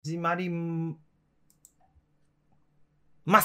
始まります。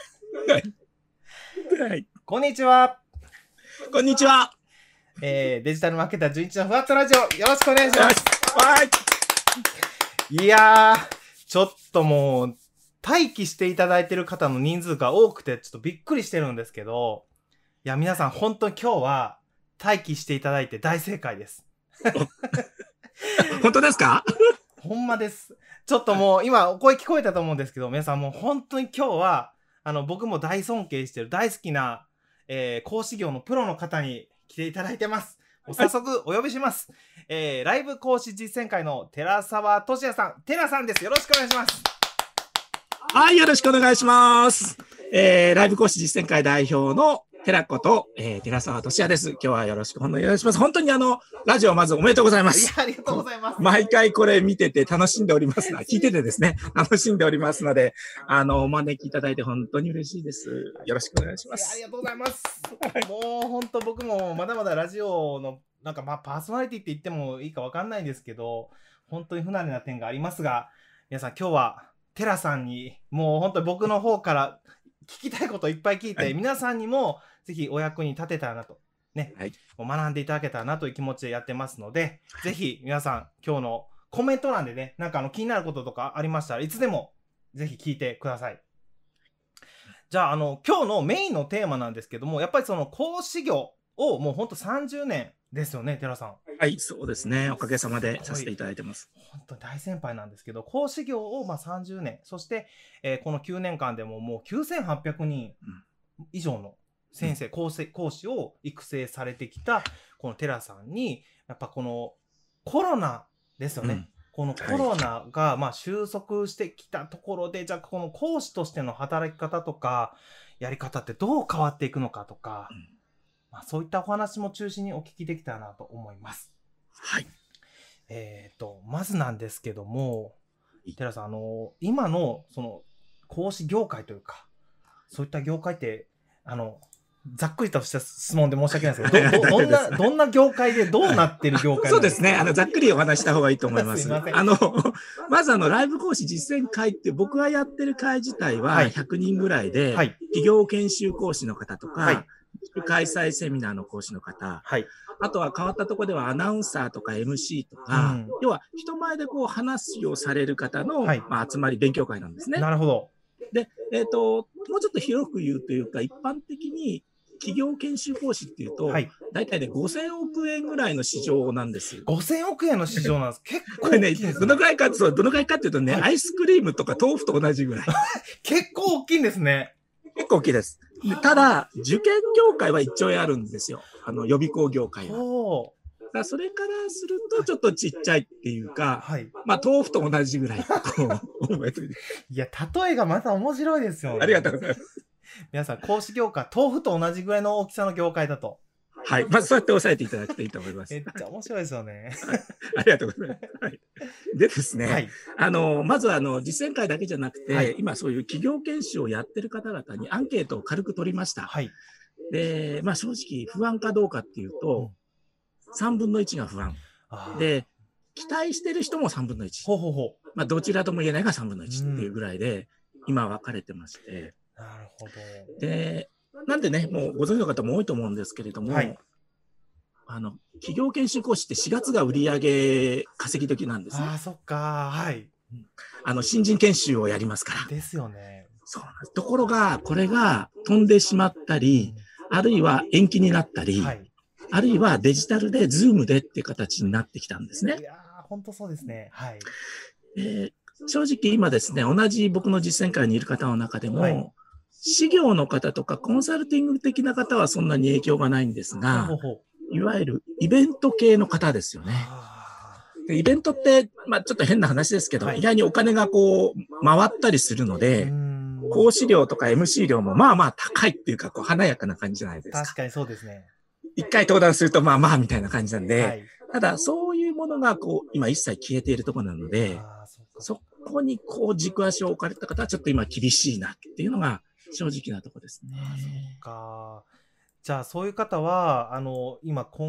はい。 こんにちは。 こんにちは。 デジタルマーケター純一のふわっとラジオ、よろしくお願いします。 はい。 いやー、ちょっともう、待機していただいてる方の人数が多くて、ちょっとびっくりしてるんですけど、いや、皆さん本当に今日は待機していただいて大正解です。 本当ですか？ ほんまです。ちょっともう今お声聞こえたと思うんですけど、皆さんもう本当に今日は、僕も大尊敬してる大好きな、講師業のプロの方に来ていただいてます。早速お呼びします。ライブ講師実践会の寺澤俊也さん、寺さんです。よろしくお願いします。 はい、よろしくお願いします。ライブ講師実践会代表の寺子と、寺澤俊也です。今日はよろしくお願いします。本当にラジオまずおめでとうございます。 いや、ありがとうございます。 毎回これ見てて楽しんでおりますな。聞いててですね、楽しんでおりますので、お招きいただいて本当に嬉しいです。よろしくお願いします。 ありがとうございます。もう本当僕もまだまだラジオのなんかパーソナリティって言ってもいいかわかんないんですけど、本当に不慣れな点がありますが、皆さん今日は寺さんにもう本当に僕の方から聞きたいこといっぱい聞いて、皆さんにもぜひお役に立てたらなとね、もう学んでいただけたらなという気持ちでやってますので、ぜひ皆さん今日のコメント欄でね、なんか気になることとかありましたらいつでもぜひ聞いてください。じゃあ、今日のメインのテーマなんですけども、やっぱりその講師業をもうほんと30年ですよね、寺さん。 はい、そうですね。おかげさまでさせていただいてます。 本当に大先輩なんですけど、講師業を30年、そして、この9年間でももう9800人以上の先生、講師を育成されてきたこの寺さんに、やっぱこのコロナですよね。このコロナが収束してきたところで、じゃあこの講師としての働き方とかやり方ってどう変わっていくのかとか、そういったお話も中心にお聞きできたらなと思います。 はい。 まずなんですけども、寺さん、今のその講師業界というか、そういった業界って、ざっくりとした質問で申し訳ないですけど、どんな業界でどうなってる業界そうですね。ざっくりお話した方がいいと思います。 すいません。 まずライブ講師実践会って僕がやってる会自体は100人ぐらいで、企業研修講師の方とか、開催セミナーの講師の方、あとは変わったところではアナウンサーとか MC とか、要は人前でこう話をされる方の、集まり勉強会なんですね。 なるほど。 で、もうちょっと広く言うというか、一般的に企業研修講師っていうと、大体ね、5000億円ぐらいの市場なんです。 5000億円の市場なんです。結構これね、どのくらいかっていうとね、アイスクリームとか豆腐と同じぐらい。 結構大きいんですね。 結構大きいです。ただ、受験業界は1兆円あるんですよ。予備校業界は。それからするとちょっとちっちゃいっていうか、豆腐と同じぐらい。 いや、例えがまた面白いですよね。 ありがとうございます。 皆さん、講師業界、豆腐と同じぐらいの大きさの業界だと。 はい。まずそうやって押さえていただくといいと思います。 めっちゃ面白いですよね。 ありがとうございます。でですね、まず実践会だけじゃなくて、今そういう企業研修をやってる方々にアンケートを軽く取りました。で、正直不安かどうかっていうと、3分の1が不安。で、期待してる人も3分の1。どちらとも言えないが3分の1っていうぐらいで、今分かれてまして。 なるほど。 で、なんでね、もうご存知の方も多いと思うんですけれども、企業研修講師って4月が売上稼ぎ時なんですね。 そっか、 新人研修をやりますから。 ですよね。 そうなんです。ところが、これが飛んでしまったり、あるいは延期になったり、あるいはデジタルで、ズームでっていう形になってきたんですね。 いやー、本当そうですね。 正直今ですね、同じ僕の実践会にいる方の中でも、事業の方とかコンサルティング的な方はそんなに影響がないんですが、いわゆるイベント系の方ですよね。でイベントって、ちょっと変な話ですけど、意外にお金がこう、回ったりするので、講師料とか MC 料も高いっていうか、こう、華やかな感じじゃないですか。 確かにそうですね。 一回登壇すると、みたいな感じなんで、ただ、そういうものが、こう、今一切消えているところなので、そこに、こう、軸足を置かれた方は、ちょっと今厳しいなっていうのが、正直なところですね。 そっか。じゃあ、そういう方は、今、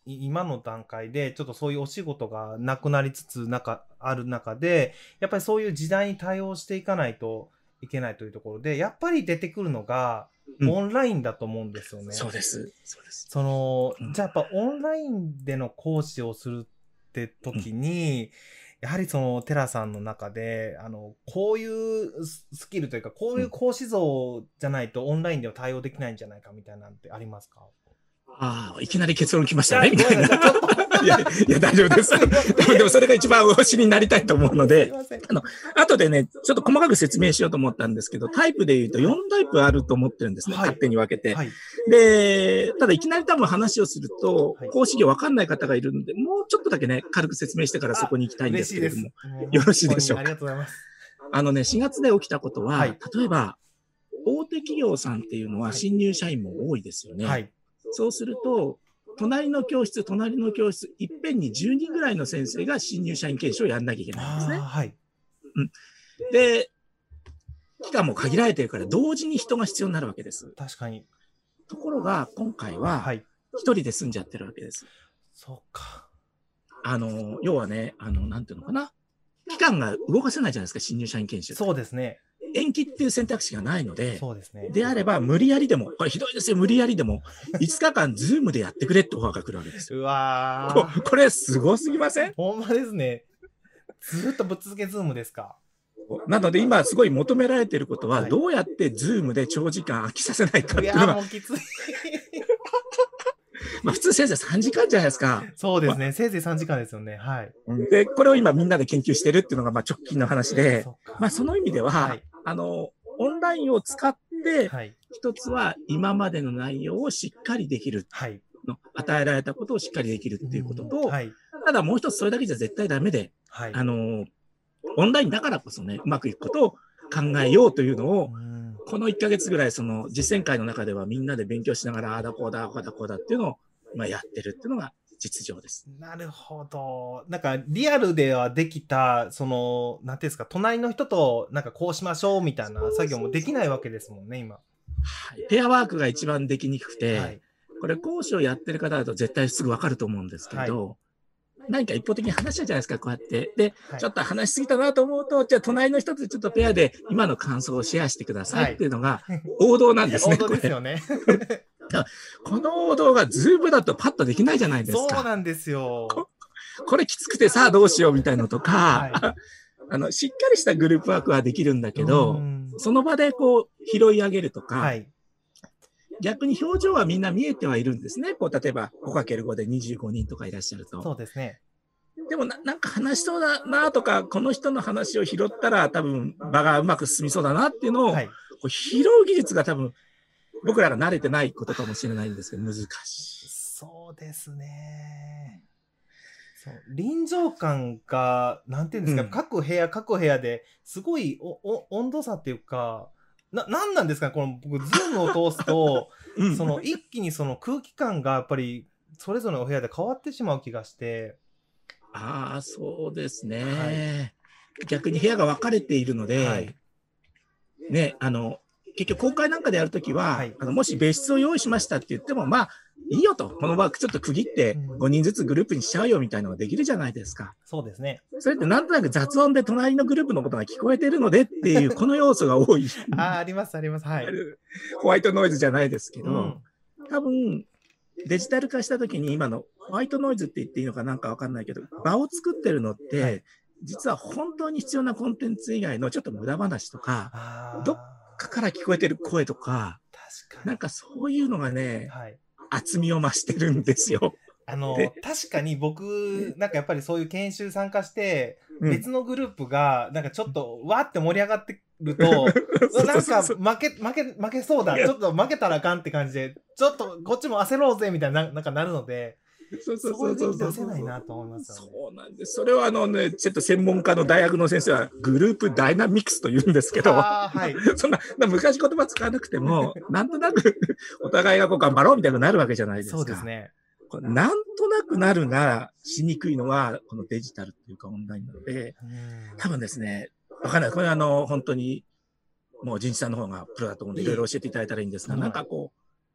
今の段階で、ちょっとそういうお仕事がなくなりつつある中で、やっぱりそういう時代に対応していかないといけないというところで、やっぱり出てくるのが、オンラインだと思うんですよね。 そうです。そうです。 じゃあやっぱオンラインでの講師をするって時に、やはりテラさんの中で、こういうスキルというか、こういう講師像じゃないとオンラインでは対応できないんじゃないかみたいなんてありますか？ ああ、いきなり結論来ましたね、みたいな。いや、大丈夫です。でもそれが一番お知りになりたいと思うので、後でね、ちょっと細かく説明しようと思ったんですけど、タイプで言うと4タイプあると思ってるんですね、勝手に分けて。で、ただいきなり多分話をすると、講師業わかんない方がいるので、もうちょっとだけね、軽く説明してからそこに行きたいんですけれども、よろしいでしょうか。 ありがとうございます。 4月で起きたことは、例えば、大手企業さんっていうのは新入社員も多いですよね。そうすると、隣の教室、いっぺんに10人ぐらいの先生が新入社員研修をやんなきゃいけないんですね。で、期間も限られてるから、同時に人が必要になるわけです。 確かに。 ところが、今回は、一人で済んじゃってるわけです。 そうか。 要はね、なんていうのかな。期間が動かせないじゃないですか、新入社員研修。 そうですね。 延期っていう選択肢がないので、 そうですね。 であれば、無理やりでも、これひどいですよ、無理やりでも、5日間、ズームでやってくれってオファーが来るわけですよ。 うわー。これ、すごすぎません？ ほんまですね。ずっとぶっ続けズームですか？ なので、今、すごい求められていることは、どうやってズームで長時間飽きさせないかっていうのが。 もうきつい。 まあ普通先生3時間じゃないですか。 そうですね。せいぜい3時間ですよね。はい。 で、これを今みんなで研究してるっていうのがまあ直近の話で、まあその意味では、オンラインを使って、一つは今までの内容をしっかりできる。与えられたことをしっかりできるっていうことと、ただもう一つそれだけじゃ絶対ダメで、オンラインだからこそね、うまくいくことを考えようというのを、この1ヶ月ぐらいその実践会の中ではみんなで勉強しながら、ああだこうだ、こうだこうだっていうのをまあやってるっていうのが実情です。 なるほど。なんかリアルではできた、なんていうんですか、隣の人となんかこうしましょうみたいな作業もできないわけですもんね、今。 はい。ペアワークが一番できにくくて、これ講師をやってる方だと絶対すぐわかると思うんですけど、何か一方的に話しちゃうじゃないですか、こうやって。で、ちょっと話しすぎたなと思うと、じゃあ隣の人とちょっとペアで今の感想をシェアしてくださいっていうのが王道なんですね。 王道ですよね。 この王道がズームだとパッとできないじゃないですか。 そうなんですよ。 これきつくてさあどうしようみたいなのとか、しっかりしたグループワークはできるんだけど、その場でこう拾い上げるとか、逆に表情はみんな見えてはいるんですね。こう、例えば 5×5 で25人とかいらっしゃると。 そうですね。 でもなんか話しそうだなとか、この人の話を拾ったら多分場がうまく進みそうだなっていうのを、こう拾う技術が多分僕らが慣れてないことかもしれないんですけど、難しい。 そうですね。臨場感が、なんていうんですか、各部屋ですごい温度差っていうか、なんなんですかね、この僕、ズームを通すと、一気にその空気感がやっぱり、それぞれのお部屋で変わってしまう気がして。 ああ、そうですね。逆に部屋が分かれているので、ね、結局公開なんかでやるときは、もし別室を用意しましたって言っても、まあ、いいよと。この場ちょっと区切って5人ずつグループにしちゃうよみたいなのができるじゃないですか。 そうですね。 それってなんとなく雑音で隣のグループのことが聞こえてるのでっていう、この要素が多い。 あります、あります。はい。 ホワイトノイズじゃないですけど、多分、デジタル化したときに今のホワイトノイズって言っていいのかなんかわかんないけど、場を作ってるのって、実は本当に必要なコンテンツ以外のちょっと無駄話とか、どっかから聞こえてる声とか、なんかそういうのがね、厚みを増してるんですよ。 確かに僕、なんかやっぱりそういう研修参加して、別のグループが、なんかちょっとわーって盛り上がってると、なんか負けそうだ、ちょっと負けたらあかんって感じで、ちょっとこっちも焦ろうぜみたいな、なんかなるので、そういう出せないなと思いますよね。 そうなんです。それはちょっと専門家の大学の先生はグループダイナミクスと言うんですけど、そんな昔言葉使わなくても、なんとなくお互いがこう頑張ろうみたいになるわけじゃないですか。 そうですね。 なんとなくなるがしにくいのは、このデジタルっていうかオンラインなので、多分ですね、わかんない。これ本当に、もう人事さんの方がプロだと思うんで、いろいろ教えていただいたらいいんですが、なんかこう、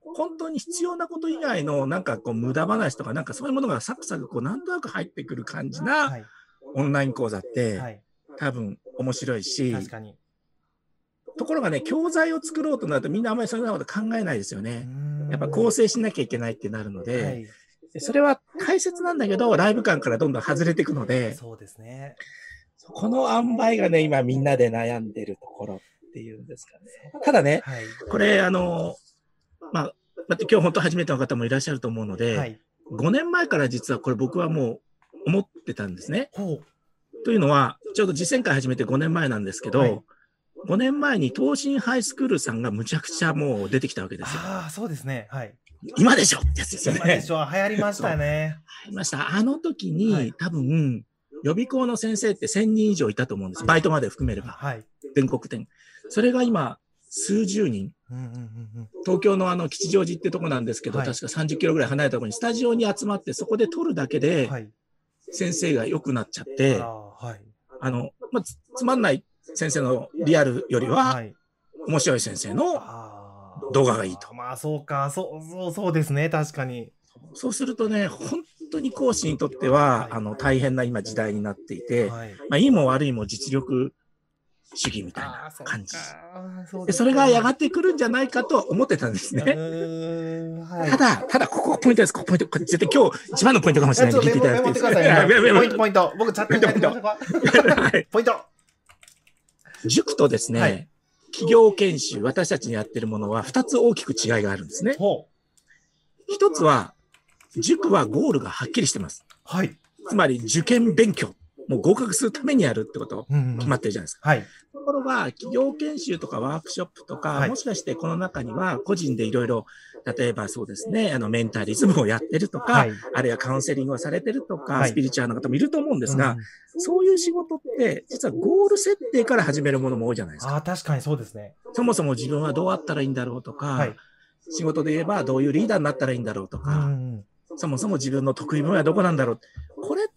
本当に必要なこと以外のなんかこう無駄話とかなんかそういうものがサクサクこうなんとなく入ってくる感じなオンライン講座って多分面白いし、 確かに。 ところがね、教材を作ろうとなるとみんなあんまりそんなこと考えないですよね。やっぱ構成しなきゃいけないってなるので、それは大切なんだけど、ライブ感からどんどん外れていくので、 そうですね。 この塩梅がね、今みんなで悩んでるところっていうんですかね。ただね、これまあ、今日本当初めての方もいらっしゃると思うので、5年前から実はこれ僕はもう思ってたんですね。というのは、ちょうど実践会始めて5年前なんですけど、5年前に東進ハイスクールさんがむちゃくちゃもう出てきたわけですよ。 ああ、そうですね。はい。 今でしょってやつですよね。 今でしょ、流行りましたね。 流行りました。あの時に、多分、予備校の先生って1000人以上いたと思うんです。バイトまで含めれば。全国展。それが今、数十人。東京の吉祥寺ってとこなんですけど、確か30キロぐらい離れたところにスタジオに集まって、そこで撮るだけで、先生が良くなっちゃって、つまんない先生のリアルよりは、面白い先生の動画がいいと。 まあそうか、そうですね、確かに。 そうするとね、本当に講師にとっては、大変な今時代になっていて、いいも悪いも実力主義みたいな感じ。でそれがやがてくるんじゃないかと思ってたんですね。ただ、ここがポイントです。ここポイント。これ絶対今日一番のポイントかもしれないんで聞いていただいていいですか。 ポイント。僕チャットに書いてみましょうか。ポイント。 塾とですね、企業研修、私たちにやってるものは2つ大きく違いがあるんですね。1つは、塾はゴールがはっきりしてます。つまり受験勉強。もう合格するためにやるってこと決まってるじゃないですか。ところが、企業研修とかワークショップとか、もしかしてこの中には個人でいろいろ、例えばそうですね、メンタリズムをやってるとか、あるいはカウンセリングをされてるとか、スピリチュアルな方もいると思うんですが、そういう仕事って、実はゴール設定から始めるものも多いじゃないですか。 確かにそうですね。 そもそも自分はどうあったらいいんだろうとか、仕事で言えばどういうリーダーになったらいいんだろうとか、そもそも自分の得意分野はどこなんだろう。これって、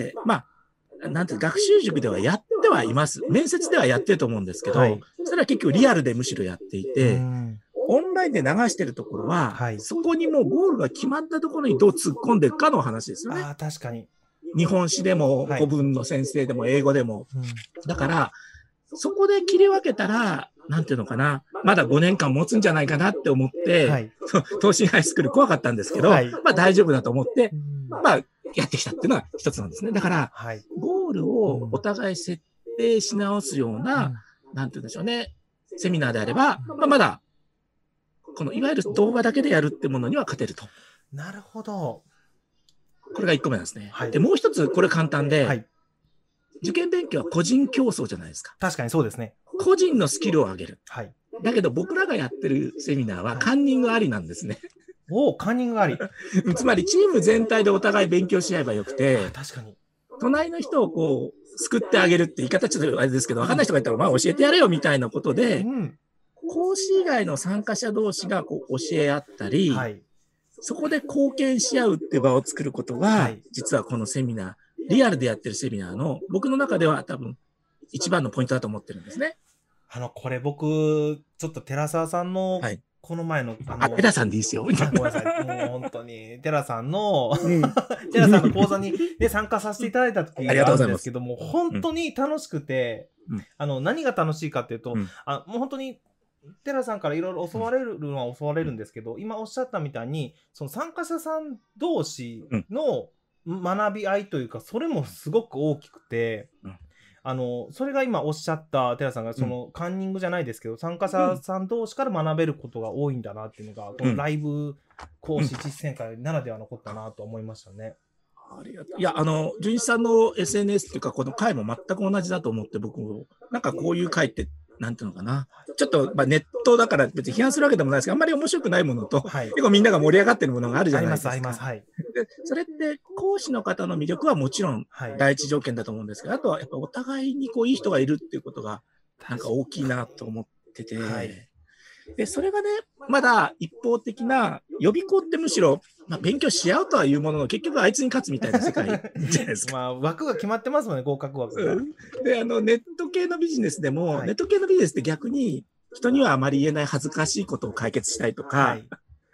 なんて学習塾ではやってはいます。面接ではやってると思うんですけど、それは結局リアルでむしろやっていて、オンラインで流してるところは、そこにもうゴールが決まったところにどう突っ込んでいくかの話ですよね。 確かに。 日本史でも古文の先生でも英語でも。だから、そこで切り分けたら、なんていうのかな、まだ5年間持つんじゃないかなって思って、東進ハイスクール怖かったんですけど、大丈夫だと思って、やってきたっていうのが一つなんですね。だから、ゴールをお互い設定し直すような、なんていうんでしょうね、セミナーであれば、まだ、このいわゆる動画だけでやるってものには勝てると。 なるほど。 これが1個目なんですね。で、もう一つ、これ簡単で、受験勉強は個人競争じゃないですか。 確かにそうですね。 個人のスキルを上げる。だけど僕らがやってるセミナーはカンニングありなんですね。 カンニングあり。 つまりチーム全体でお互い勉強し合えばよくて、 確かに。 隣の人をこう、救ってあげるって言い方ちょっとあれですけど、わかんない人がいたら、教えてやれよみたいなことで、講師以外の参加者同士がこう教え合ったり、そこで貢献し合うって場を作ることが、実はこのセミナー、リアルでやってるセミナーの、僕の中では多分、一番のポイントだと思ってるんですね。 これ僕、ちょっと寺澤さんの、この前の、 寺さんでいいですよ。 ごめんなさい。もう本当に、寺さんの、寺さんの講座に、参加させていただいた時があるんですけども、本当に楽しくて、何が楽しいかっていうと、もう本当に、寺さんからいろいろ教われるのは教われるんですけど、今おっしゃったみたいに、その参加者さん同士の学び合いというか、それもすごく大きくて、それが今おっしゃった寺さんが、そのカンニングじゃないですけど、参加者さん同士から学べることが多いんだなっていうのが、このライブ講師実践会ならではのことだなと思いましたね。 いや、純一さんの SNS っていうか、この回も全く同じだと思って、僕も、なんかこういう回って、なんていうのかな。ちょっと、ネットだから別に批判するわけでもないですけど、あんまり面白くないものと、結構みんなが盛り上がってるものがあるじゃないですか。 あります。 で、それって講師の方の魅力はもちろん第一条件だと思うんですけど、あとはやっぱお互いにこういい人がいるっていうことが、なんか大きいなと思ってて、で、それがね、まだ一方的な予備校ってむしろ、勉強し合うとはいうものの、結局あいつに勝つみたいな世界じゃないですか。 枠が決まってますもんね、合格枠が。 で、ネット系のビジネスでも、ネット系のビジネスって逆に人にはあまり言えない恥ずかしいことを解決したいとか、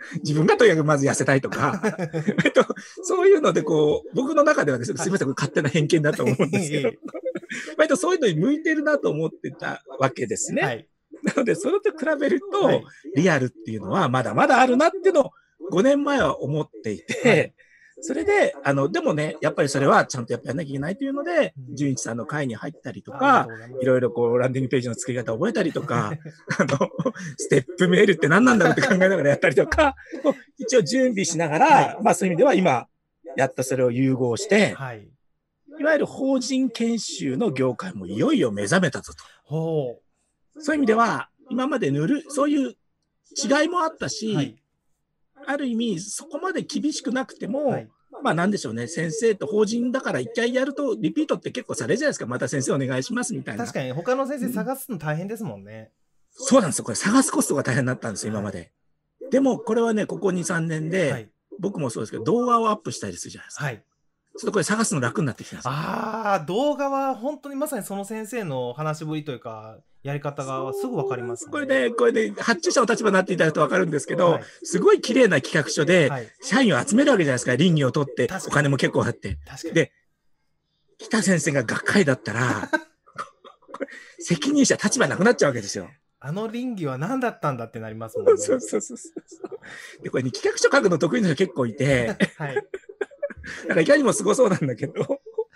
自分がとにかくまず痩せたいとか、そういうのでこう、僕の中ではですね、すみません、勝手な偏見だと思うんですけど、割とそういうのに向いてるなと思ってたわけですね。はい、なので、それと比べると、はい、リアルっていうのはまだまだあるなっていうのを5年前は思っていて、はい、それで、でもね、やっぱりそれはちゃんとやっぱやんなきゃいけないというので、純一さんの会に入ったりとか、いろいろこう、ランディングページの作り方を覚えたりとか、ステップメールって何なんだろうって考えながらやったりとか、一応準備しながら、まあそういう意味では今、やっとそれを融合して、はい、いわゆる法人研修の業界もいよいよ目覚めたぞと。そういう意味では、今までそういう違いもあったし、はい、ある意味、そこまで厳しくなくても、はい、まあなんでしょうね、先生と法人だから一回やると、リピートって結構されるじゃないですか、また先生お願いしますみたいな。 確かに、他の先生探すの大変ですもんね。 そうなんですよ、これ探すコストが大変だったんですよ、今まで。はい、でも、これはね、ここ2、3年で、はい、僕もそうですけど、動画をアップしたりするじゃないですか。はい、ちょっとこれ探すの楽になってきてます。 ああ、動画は本当にまさにその先生の話しぶりというか、やり方がすぐわかります、ね。 これで、発注者の立場になっていただくとわかるんですけど、はい、すごい綺麗な企画書で、社員を集めるわけじゃないですか。倫理を取って、お金も結構あって。で、北先生が学会だったら、責任者立場なくなっちゃうわけですよ。 あの倫理は何だったんだってなりますもんね。 そう。で、これね、企画書書くの得意な人結構いて、はい。なんかいかにもすごそうなんだけど、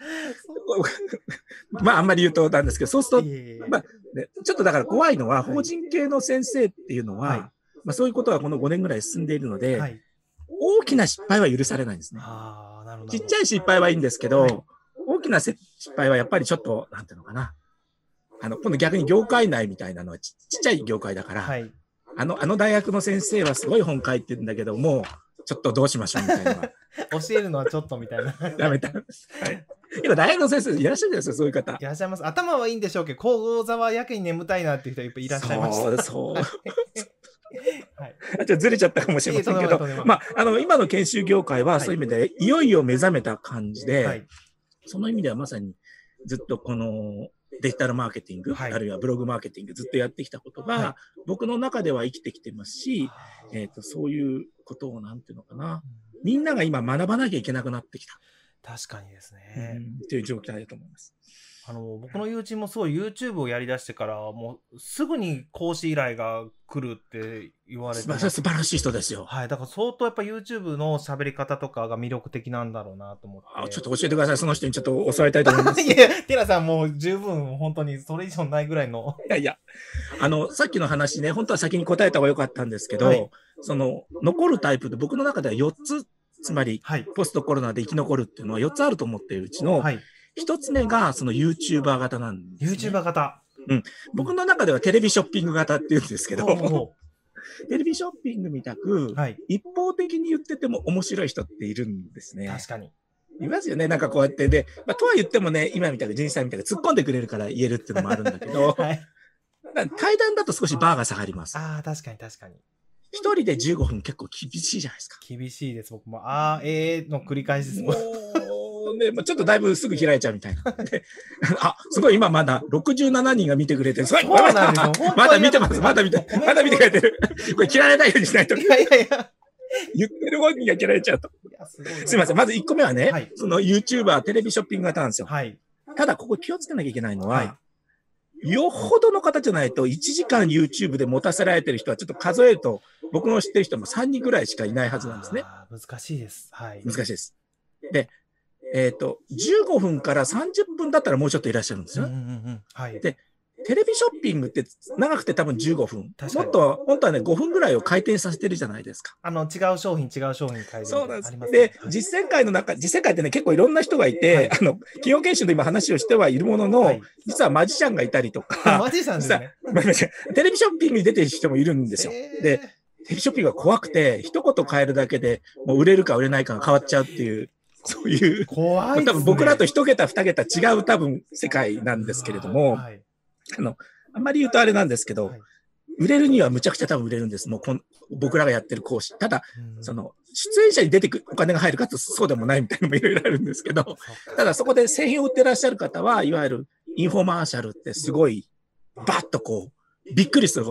まああんまり言うとなんですけど、そうすると、まあ、ね、ちょっとだから怖いのは、法人系の先生っていうのは、はい、まあそういうことはこの5年ぐらい進んでいるので、はい、大きな失敗は許されないんですね。なるほど。ちっちゃい失敗はいいんですけど、はい、大きな失敗はやっぱりちょっと、なんていうのかな。今度逆に業界内みたいなのはちっちゃい業界だから、はい、あの大学の先生はすごい本書いてるんだけども、ちょっとどうしましょうみたいな。教えるのはちょっとみたいな。 やめた。はい。今、大学の先生いらっしゃるじゃないですか、そういう方。 いらっしゃいます。頭はいいんでしょうけど、講座はやけに眠たいなっていう人やっぱいらっしゃいました。 そう。はい。ちょっとずれちゃったかもしれませんけど、まあ、今の研修業界はそういう意味で、いよいよ目覚めた感じで、はい、その意味ではまさにずっとこのデジタルマーケティング、はい、あるいはブログマーケティングずっとやってきたことが、はい、僕の中では生きてきてますし、そういうことをなんていうのかな、みんなが今学ばなきゃいけなくなってきた。 確かにですね。 という状況だと思います。 僕の友人もすごい YouTube をやり出してから、もうすぐに講師依頼が来るって言われて。 素晴らしい人ですよ。 はい。だから相当やっぱ YouTube の喋り方とかが魅力的なんだろうなと思って。 ちょっと教えてください。その人にちょっと教わりたいと思います。 いや、テラさんもう十分本当にそれ以上ないぐらいの。 いや、さっきの話ね、本当は先に答えた方が良かったんですけど、はい、残るタイプで僕の中では4つ、つまり、はい、ポストコロナで生き残るっていうのは4つあると思っているうちの、はい一つ目が、その YouTuber 型なんです、ね。 YouTuber 型。 うん。僕の中ではテレビショッピング型って言うんですけど、テレビショッピングみたく、はい、一方的に言ってても面白い人っているんですね。 確かに。 いますよね。なんかこうやってで、まあ、とは言ってもね、今みたいな人さんみたいな突っ込んでくれるから言えるっていうのもあるんだけど、はい、対談だと少しバーが下がります。 ああ、確かに確かに。 一人で15分結構厳しいじゃないですか。 厳しいです。僕も、の繰り返しですもん。 ね、ちょっとだいぶすぐ開いちゃうみたいな。すごい今まだ67人が見てくれてる。そうなんですよ。まだ見てます。まだ見てくれてる。これ切られないようにしないと。いや。言ってる本人が切られちゃうと。すいません。まず1個目はね、はい、その YouTuber テレビショッピング型なんですよ。はい、ただここ気をつけなきゃいけないのは、はい、よほどの方じゃないと1時間 YouTube で持たせられてる人はちょっと数えると僕の知ってる人も3人ぐらいしかいないはずなんですね。 難しいです。はい。 難しいです。で、15分から30分だったらもうちょっといらっしゃるんですよ。はい。で、テレビショッピングって長くて多分15分。もっと、本当はね、5分ぐらいを回転させてるじゃないですか。 違う商品改善。 そうなんです。で、実践会ってね、結構いろんな人がいて、企業研修で今話をしてはいるものの、実はマジシャンがいたりとか。 マジシャンですね。 テレビショッピングに出てる人もいるんですよ。で、テレビショッピングが怖くて、一言変えるだけで、もう売れるか売れないかが変わっちゃうっていう。そういう。 怖いですね。 多分僕らと一桁二桁違う多分世界なんですけれども、はい、あんまり言うとあれなんですけど、はい、売れるにはむちゃくちゃ多分売れるんです。もう僕らがやってる講師。ただ、出演者に出てくお金が入るかとそうでもないみたいなのもいろいろあるんですけど、ただそこで製品を売ってらっしゃる方は、いわゆるインフォマーシャルってすごい、バッとこう、びっくりするほど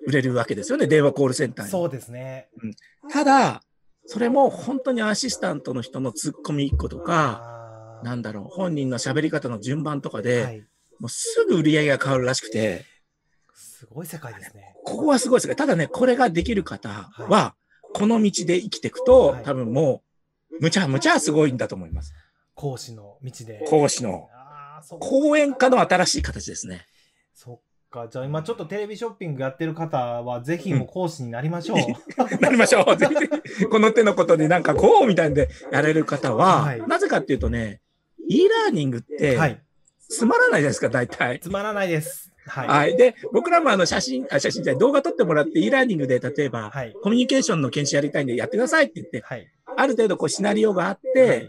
売れるわけですよね、電話コールセンターに。 そうですね。 ただ、それも本当にアシスタントの人のツッコミ1個とか、なんだろう、本人の喋り方の順番とかで、もうすぐ売り上げが変わるらしくて。 すごい世界ですね。 ここはすごいですね。ただね、これができる方は、この道で生きていくと、多分もう、むちゃむちゃすごいんだと思います。 講師の道で。 講師の。講演家の新しい形ですね。 そっか。じゃあ今ちょっとテレビショッピングやってる方は、ぜひもう講師になりましょう。 なりましょう。ぜひぜひ。この手のことでなんかこうみたいんでやれる方は、なぜかっていうとね、e ラーニングって、つまらないじゃないですか、大体。 つまらないです。 はい。で、僕らも写真じゃ動画撮ってもらって e ラーニングで、例えば、コミュニケーションの研修やりたいんでやってくださいって言って、ある程度こうシナリオがあって、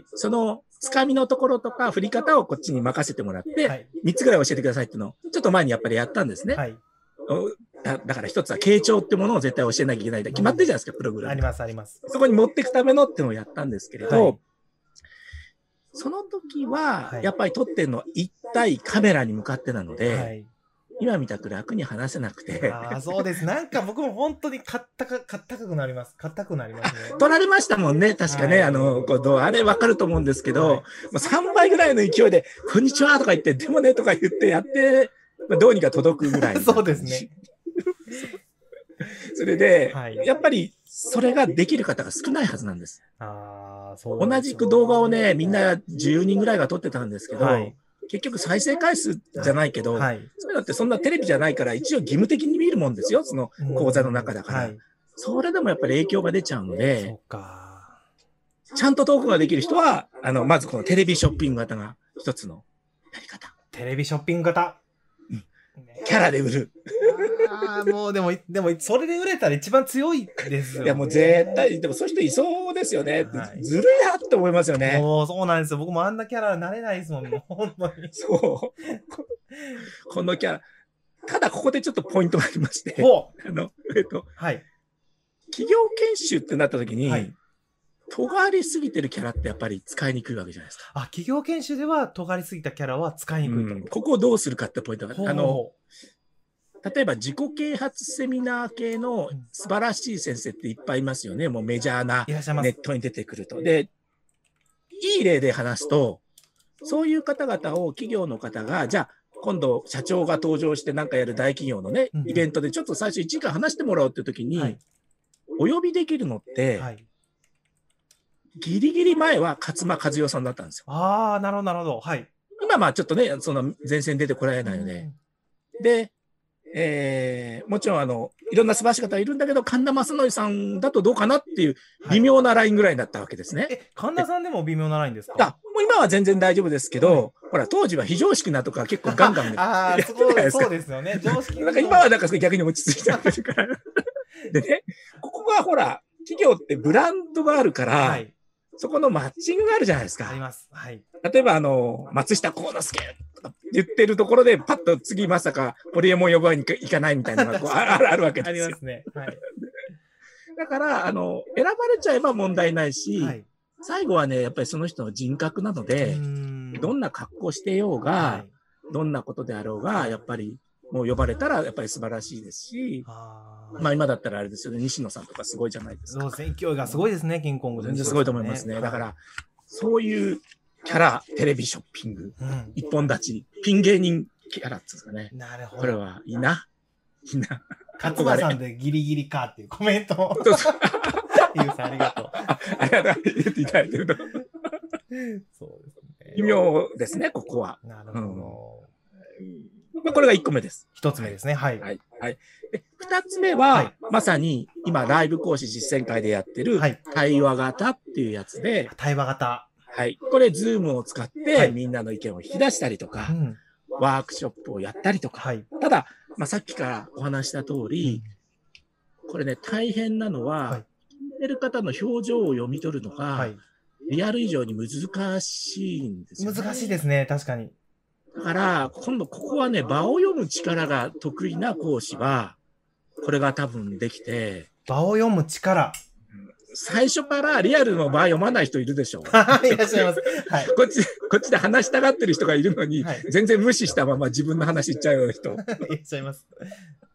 そのつかみのところとか振り方をこっちに任せてもらって、3つぐらい教えてくださいっていうのを、ちょっと前にやっぱりやったんですね。だから一つは傾聴ってものを絶対教えなきゃいけない。決まってるじゃないですか、プログラム。 あります、あります。 そこに持っていくためのっていうのをやったんですけれど、その時は、やっぱり撮ってるのは一対カメラに向かってなので、今みたく楽に話せなくて。 ああ、そうです。なんか僕も本当に硬くなります。硬くなりますね。 撮られましたもんね。確かね。あれわかると思うんですけど、もう3倍ぐらいの勢いで、こんにちはとか言って、でもねとか言ってやって、どうにか届くぐらい。 そうですね。 それで、やっぱりそれができる方が少ないはずなんです。同じく動画をね、みんな10人ぐらいが撮ってたんですけど、結局再生回数じゃないけど、そういうのってそんなテレビじゃないから一応義務的に見るもんですよ。その講座の中だから。それでもやっぱり影響が出ちゃうので、ちゃんとトークができる人は、まずこのテレビショッピング型が一つのやり方。 テレビショッピング型。 キャラで売る。 ああ、もうでも、それで売れたら一番強いですよね。 いや、もう絶対、でもそういう人いそうですよね。ずるいなって思いますよね。 もうそうなんですよ。僕もあんなキャラになれないですもん、本当に。 そう。このキャラ。ただ、ここでちょっとポイントがありまして。企業研修ってなった時に、尖りすぎてるキャラってやっぱり使いにくいわけじゃないですか。 企業研修では尖りすぎたキャラは使いにくいと。 ここをどうするかってポイントが例えば自己啓発セミナー系の素晴らしい先生っていっぱいいますよね。もうメジャーなネットに出てくると。で、いい例で話すと、そういう方々を企業の方が、じゃあ今度社長が登場してなんかやる大企業のね、イベントでちょっと最初1時間話してもらおうっていう時に、お呼びできるのって、ギリギリ前は勝間和代さんだったんですよ。 ああ、なるほど、なるほど。 今ちょっとね、その前線出てこられないので。で、もちろんいろんな素晴らしい方いるんだけど、神田正則さんだとどうかなっていう微妙なラインぐらいだったわけですね。 神田さんでも微妙なラインですか？ もう今は全然大丈夫ですけど、ほら、当時は非常識なとか結構ガンガンやってたじゃないですか。そうですよね。常識。 なんか今はなんか逆に落ち着いちゃってるから。でね、ここがほら、企業ってブランドがあるから、そこのマッチングがあるじゃないですか。 あります。 例えば松下幸之助とか言ってるところで、パッと次まさか、ホリエモン呼ぶわにいかないみたいなのがこうあるわけですよ。 ありますね。 だから、選ばれちゃえば問題ないし、最後はね、やっぱりその人の人格なので、どんな格好してようが、どんなことであろうが、やっぱり、もう呼ばれたらやっぱり素晴らしいですし、今だったらあれですよね、西野さんとかすごいじゃないですか。 そうですね、勢いがすごいですね、キングコング。 全然すごいと思いますね。だから、そういうキャラ、テレビショッピング、一本立ち、ピン芸人キャラっていうんですかね。 なるほど。 これはいいな。いいな。 勝間さんでギリギリかっていうコメントを。ゆうさんありがとう。 ありがとう。言っていただいてると。そうですね。微妙ですね、ここは。 なるほど。 これが1個目です。 1つ目ですね。はい。 で、2つ目は、まさに今、ライブ講師実践会でやってる、対話型っていうやつで、 対話型。 これ、ズームを使って、みんなの意見を引き出したりとか、ワークショップをやったりとか。ただ、さっきからお話した通り、これね、大変なのは、聞いてる方の表情を読み取るのが、リアル以上に難しいんですよね。 難しいですね、確かに。 だから、今度ここはね、場を読む力が得意な講師は、これが多分できて。 場を読む力。 最初からリアルの場読まない人いるでしょ。 いらっしゃいます。 こっちで話したがってる人がいるのに、全然無視したまま自分の話言っちゃう人。 いらっしゃいます。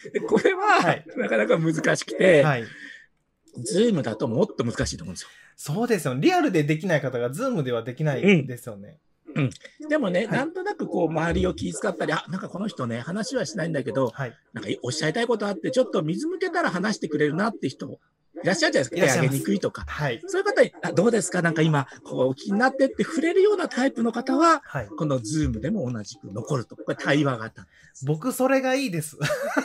でこれは、なかなか難しくて、ズームだともっと難しいと思うんですよ。 そうですよ。リアルでできない方がズームではできないですよね。 でもね、なんとなくこう周りを気遣ったり、なんかこの人ね、話はしないんだけど、なんかおっしゃりたいことあって、ちょっと水向けたら話してくれるなって人、いらっしゃるじゃないですか。手挙げにくいとか。そういう方に、どうですかなんか今、こうお気になってって触れるようなタイプの方は、このズームでも同じく残ると。これ対話型。 僕、それがいいです。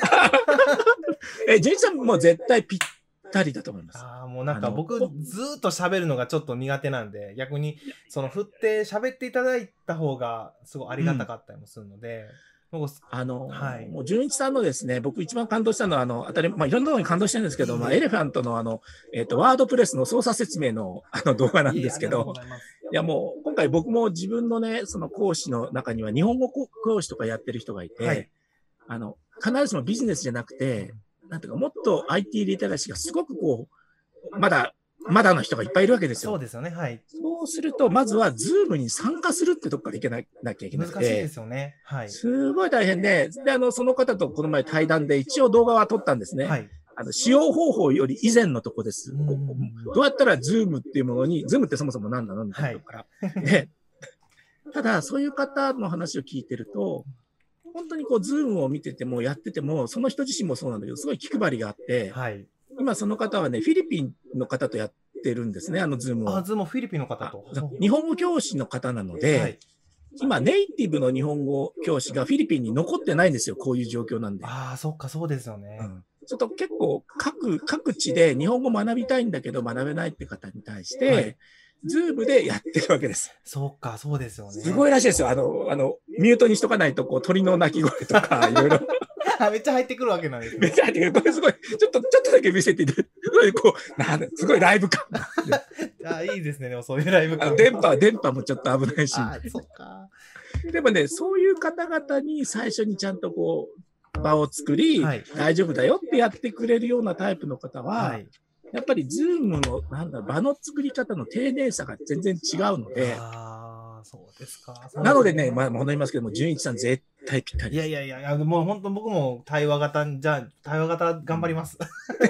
ジェイさんもう絶対ぴったりだと思います。 もうなんか僕、ずーっと喋るのがちょっと苦手なんで、逆に、振って喋っていただいた方が、すごいありがたかったりもするので、もう、純一さんのですね、僕一番感動したのは、いろんなのに感動してるんですけど、エレファントのワードプレスの操作説明の動画なんですけど、いやもう、今回僕も自分のね、その講師の中には日本語講師とかやってる人がいて、必ずしもビジネスじゃなくて、なんていうか、もっと IT リテラシーがすごくこう、まだの人がいっぱいいるわけですよ。 そうですよね。はい。 そうすると、まずは、ズームに参加するってとこからなきゃいけなくて。 難しいですよね。はい。 すごい大変で、その方とこの前対談で一応動画は撮ったんですね。はい。使用方法より以前のとこです。どうやったらズームっていうものに、ズームってそもそも何なのみたいなとこから。で、ただ、そういう方の話を聞いてると、本当にこう、ズームを見てても、やってても、その人自身もそうなんだけど、すごい気配りがあって、はい。今その方はね、フィリピンの方とやってるんですね、ズームを。 ズームフィリピンの方と。 日本語教師の方なので、はい、今ネイティブの日本語教師がフィリピンに残ってないんですよ、こういう状況なんで。 そっか、そうですよね。 ちょっと結構各地で日本語学びたいんだけど学べないって方に対して、はい、ズームでやってるわけです。 そうか、そうですよね。 すごいらしいですよ。ミュートにしとかないと、こう、鳥の鳴き声とか、いろいろ。 めっちゃ入ってくるわけなんですね。 めっちゃ入ってくる。これすごい、ちょっとだけ見せていただいて、こう、すごいライブ感。 いいですね、でもそういうライブ感。 電波もちょっと危ないし。 そっか。 でもね、そういう方々に最初にちゃんとこう、場を作り、はい、大丈夫だよってやってくれるようなタイプの方は、はい、やっぱりズームの、場の作り方の丁寧さが全然違うので、 そうですか。 なのでね、戻りますけども、純一さん絶対ぴったり。 いや、もう本当僕も対話型頑張ります。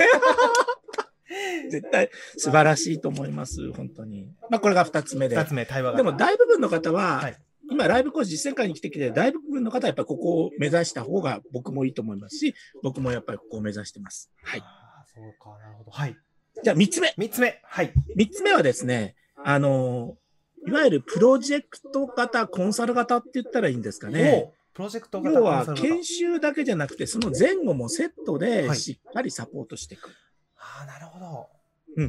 絶対素晴らしいと思います、本当に。これが2つ目で。 2つ目、対話型。 でも大部分の方は、はい、今ライブ講師実践会に来てきて、大部分の方はやっぱりここを目指した方が僕もいいと思いますし、僕もやっぱりここを目指してます。はい。 そうか、なるほど。はい。 じゃあ3つ目。 3つ目。はい。 3つ目はですね、いわゆるプロジェクト型、コンサル型って言ったらいいんですかね。 プロジェクト型。 要は研修だけじゃなくて、その前後もセットでしっかりサポートしていく。 なるほど。 うん。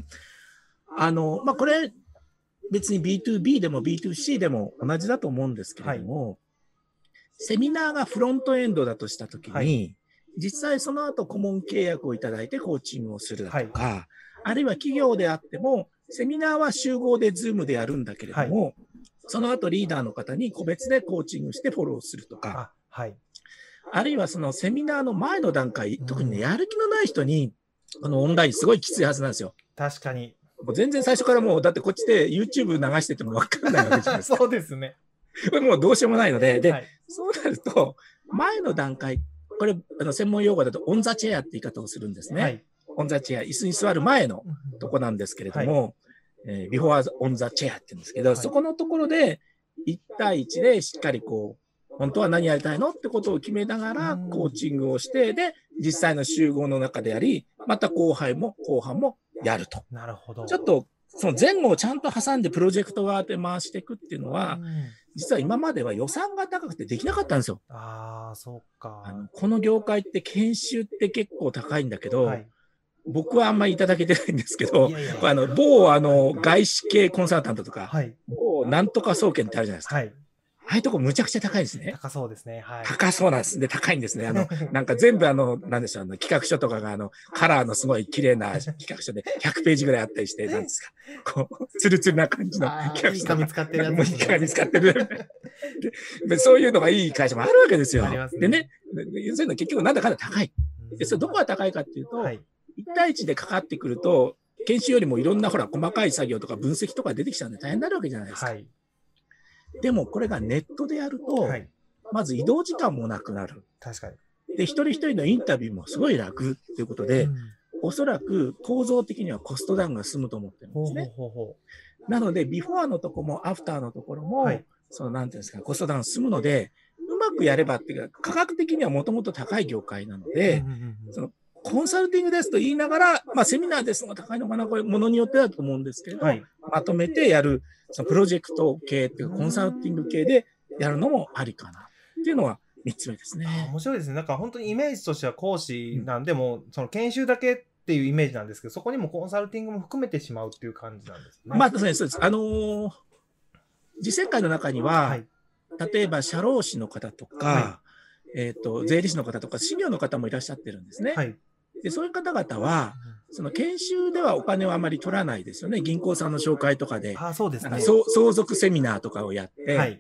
これ、別に B2B でも B2C でも同じだと思うんですけれども、はい、セミナーがフロントエンドだとしたときに、はい、実際その後顧問契約をいただいてコーチングをするだとか、はい、あるいは企業であっても、セミナーは集合でズームでやるんだけれども、はい、その後リーダーの方に個別でコーチングしてフォローするとか、あるいはそのセミナーの前の段階、特にね、やる気のない人に、オンラインすごいきついはずなんですよ。 確かに。 もう全然最初からもう、だってこっちで YouTube 流してても分かんないわけじゃないですか。 そうですね。 これもうどうしようもないので、そうなると、前の段階、これ、専門用語だとオンザチェアって言い方をするんですね。オンザチェア、椅子に座る前のとこなんですけれども、ビフォアオンザチェアって言うんですけど、そこのところで、1対1でしっかりこう、本当は何やりたいのってことを決めながらコーチングをして、で、実際の集合の中でやり、また後半もやると。 なるほど。 ちょっと、その前後をちゃんと挟んでプロジェクト側で回していくっていうのは、実は今までは予算が高くてできなかったんですよ。 そうか。 この業界って研修って結構高いんだけど、僕はあんまりいただけてないんですけど、某外資系コンサルタントとか、某なんとか総研ってあるじゃないですか。ああいうとこむちゃくちゃ高いですね。 高そうですね。 高そうなんですね。高いんですね。なんか全部なんでしょう、企画書とかがカラーのすごい綺麗な企画書で100ページぐらいあったりして、なんですか。こう、ツルツルな感じの企画書が見つかってるやつ。 いいが見つかってる。でそういうのがいい会社もあるわけですよ。でね、そういうの結局なんだかんだ高い。で、それどこが高いかっていうと、1対1でかかってくると、研修よりもいろんなほら、細かい作業とか分析とか出てきちゃうんで大変になるわけじゃないですか。でもこれがネットでやると、まず移動時間もなくなる。 確かに。 で、一人一人のインタビューもすごい楽っていうことで、おそらく構造的にはコストダウンが進むと思ってるんですね。なので、ビフォーのとこもアフターのところも、なんていうんですか、コストダウン進むので、うまくやればっていうか、価格的にはもともと高い業界なので、そのコンサルティングですと言いながら、セミナーですのが高いのかな、これ、ものによってだと思うんですけど、まとめてやる、そのプロジェクト系っていうか、コンサルティング系でやるのもありかなっていうのは3つ目ですね。 面白いですね。なんか本当にイメージとしては講師なんでも、その研修だけっていうイメージなんですけど、そこにもコンサルティングも含めてしまうっていう感じなんですね。 そうです。実践会の中には、例えば社労士の方とか、税理士の方とか、事業の方もいらっしゃってるんですね。で、そういう方々は、その研修ではお金をあまり取らないですよね。銀行さんの紹介とかで、 そうですね。 相続セミナーとかをやって、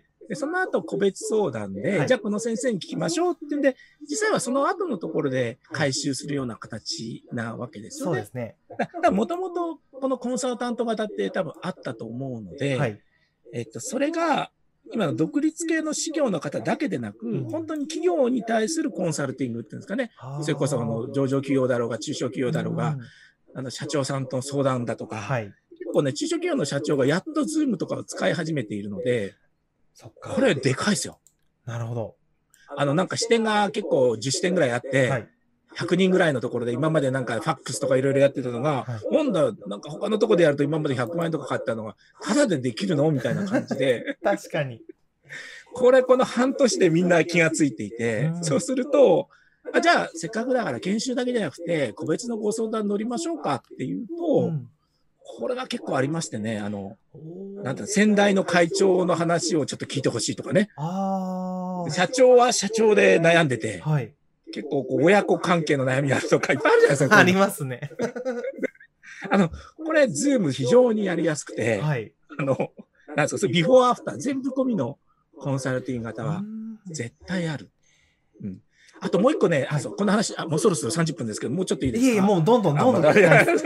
で、その後個別相談で、じゃあこの先生に聞きましょうって言うんで、実際はその後のところで回収するような形なわけですよね。 そうですね。 もともとこのコンサルタント型って多分あったと思うので、それが今の独立系の事業の方だけでなく、本当に企業に対するコンサルティングっていうんですかね。それこそ上場企業だろうが、中小企業だろうが、社長さんとの相談だとか、結構ね、中小企業の社長がやっとズームとかを使い始めているので、これでかいですよ。 なるほど。 なんか支店が結構10支店ぐらいあって、100人ぐらいのところで今までなんかファックスとかいろいろやってたのが、今度はなんか他のところでやると今まで100万円とかかかったのが、ただでできるのみたいな感じで。 確かに。 この半年でみんな気がついていて、そうすると、じゃあせっかくだから研修だけじゃなくて、個別のご相談乗りましょうかっていうと、これが結構ありましてね、なんて先代の会長の話をちょっと聞いてほしいとかね。社長は社長で悩んでて、結構親子関係の悩みあるとかいっぱいあるじゃないですか。 ありますね。 これ、ズーム非常にやりやすくて、なんですか、ビフォーアフター、全部込みのコンサルティング型は絶対ある。あともう一個ね、この話、もうそろそろ30分ですけど、もうちょっといいですか？ いえいえ、もうどんどん。もうどんどん。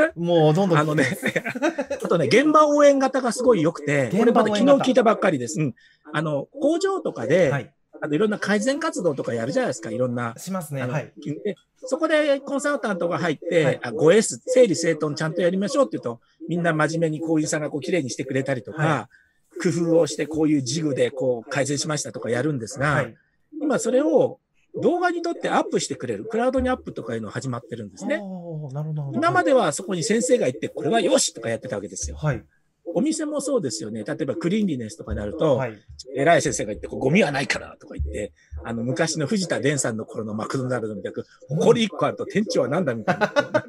あとね、現場応援型がすごい良くて、これまだ昨日聞いたばっかりです。工場とかで、いろんな改善活動とかやるじゃないですか、いろんな。 しますね。 そこでコンサルタントが入って、5S、整理整頓ちゃんとやりましょうって言うと、みんな真面目に工員さんが綺麗にしてくれたりとか、工夫をしてこういうジグで改善しましたとかやるんですが、今それを動画に撮ってアップしてくれる、クラウドにアップとかいうのが始まってるんですね。今まではそこに先生が行って、これはよしとかやってたわけですよ。お店もそうですよね。例えばクリーンリネスとかになると、偉い先生が言って、ゴミはないからとか言って、昔の藤田伝さんの頃のマクドナルドみたいな、埃1個あると店長はなんだみたいな。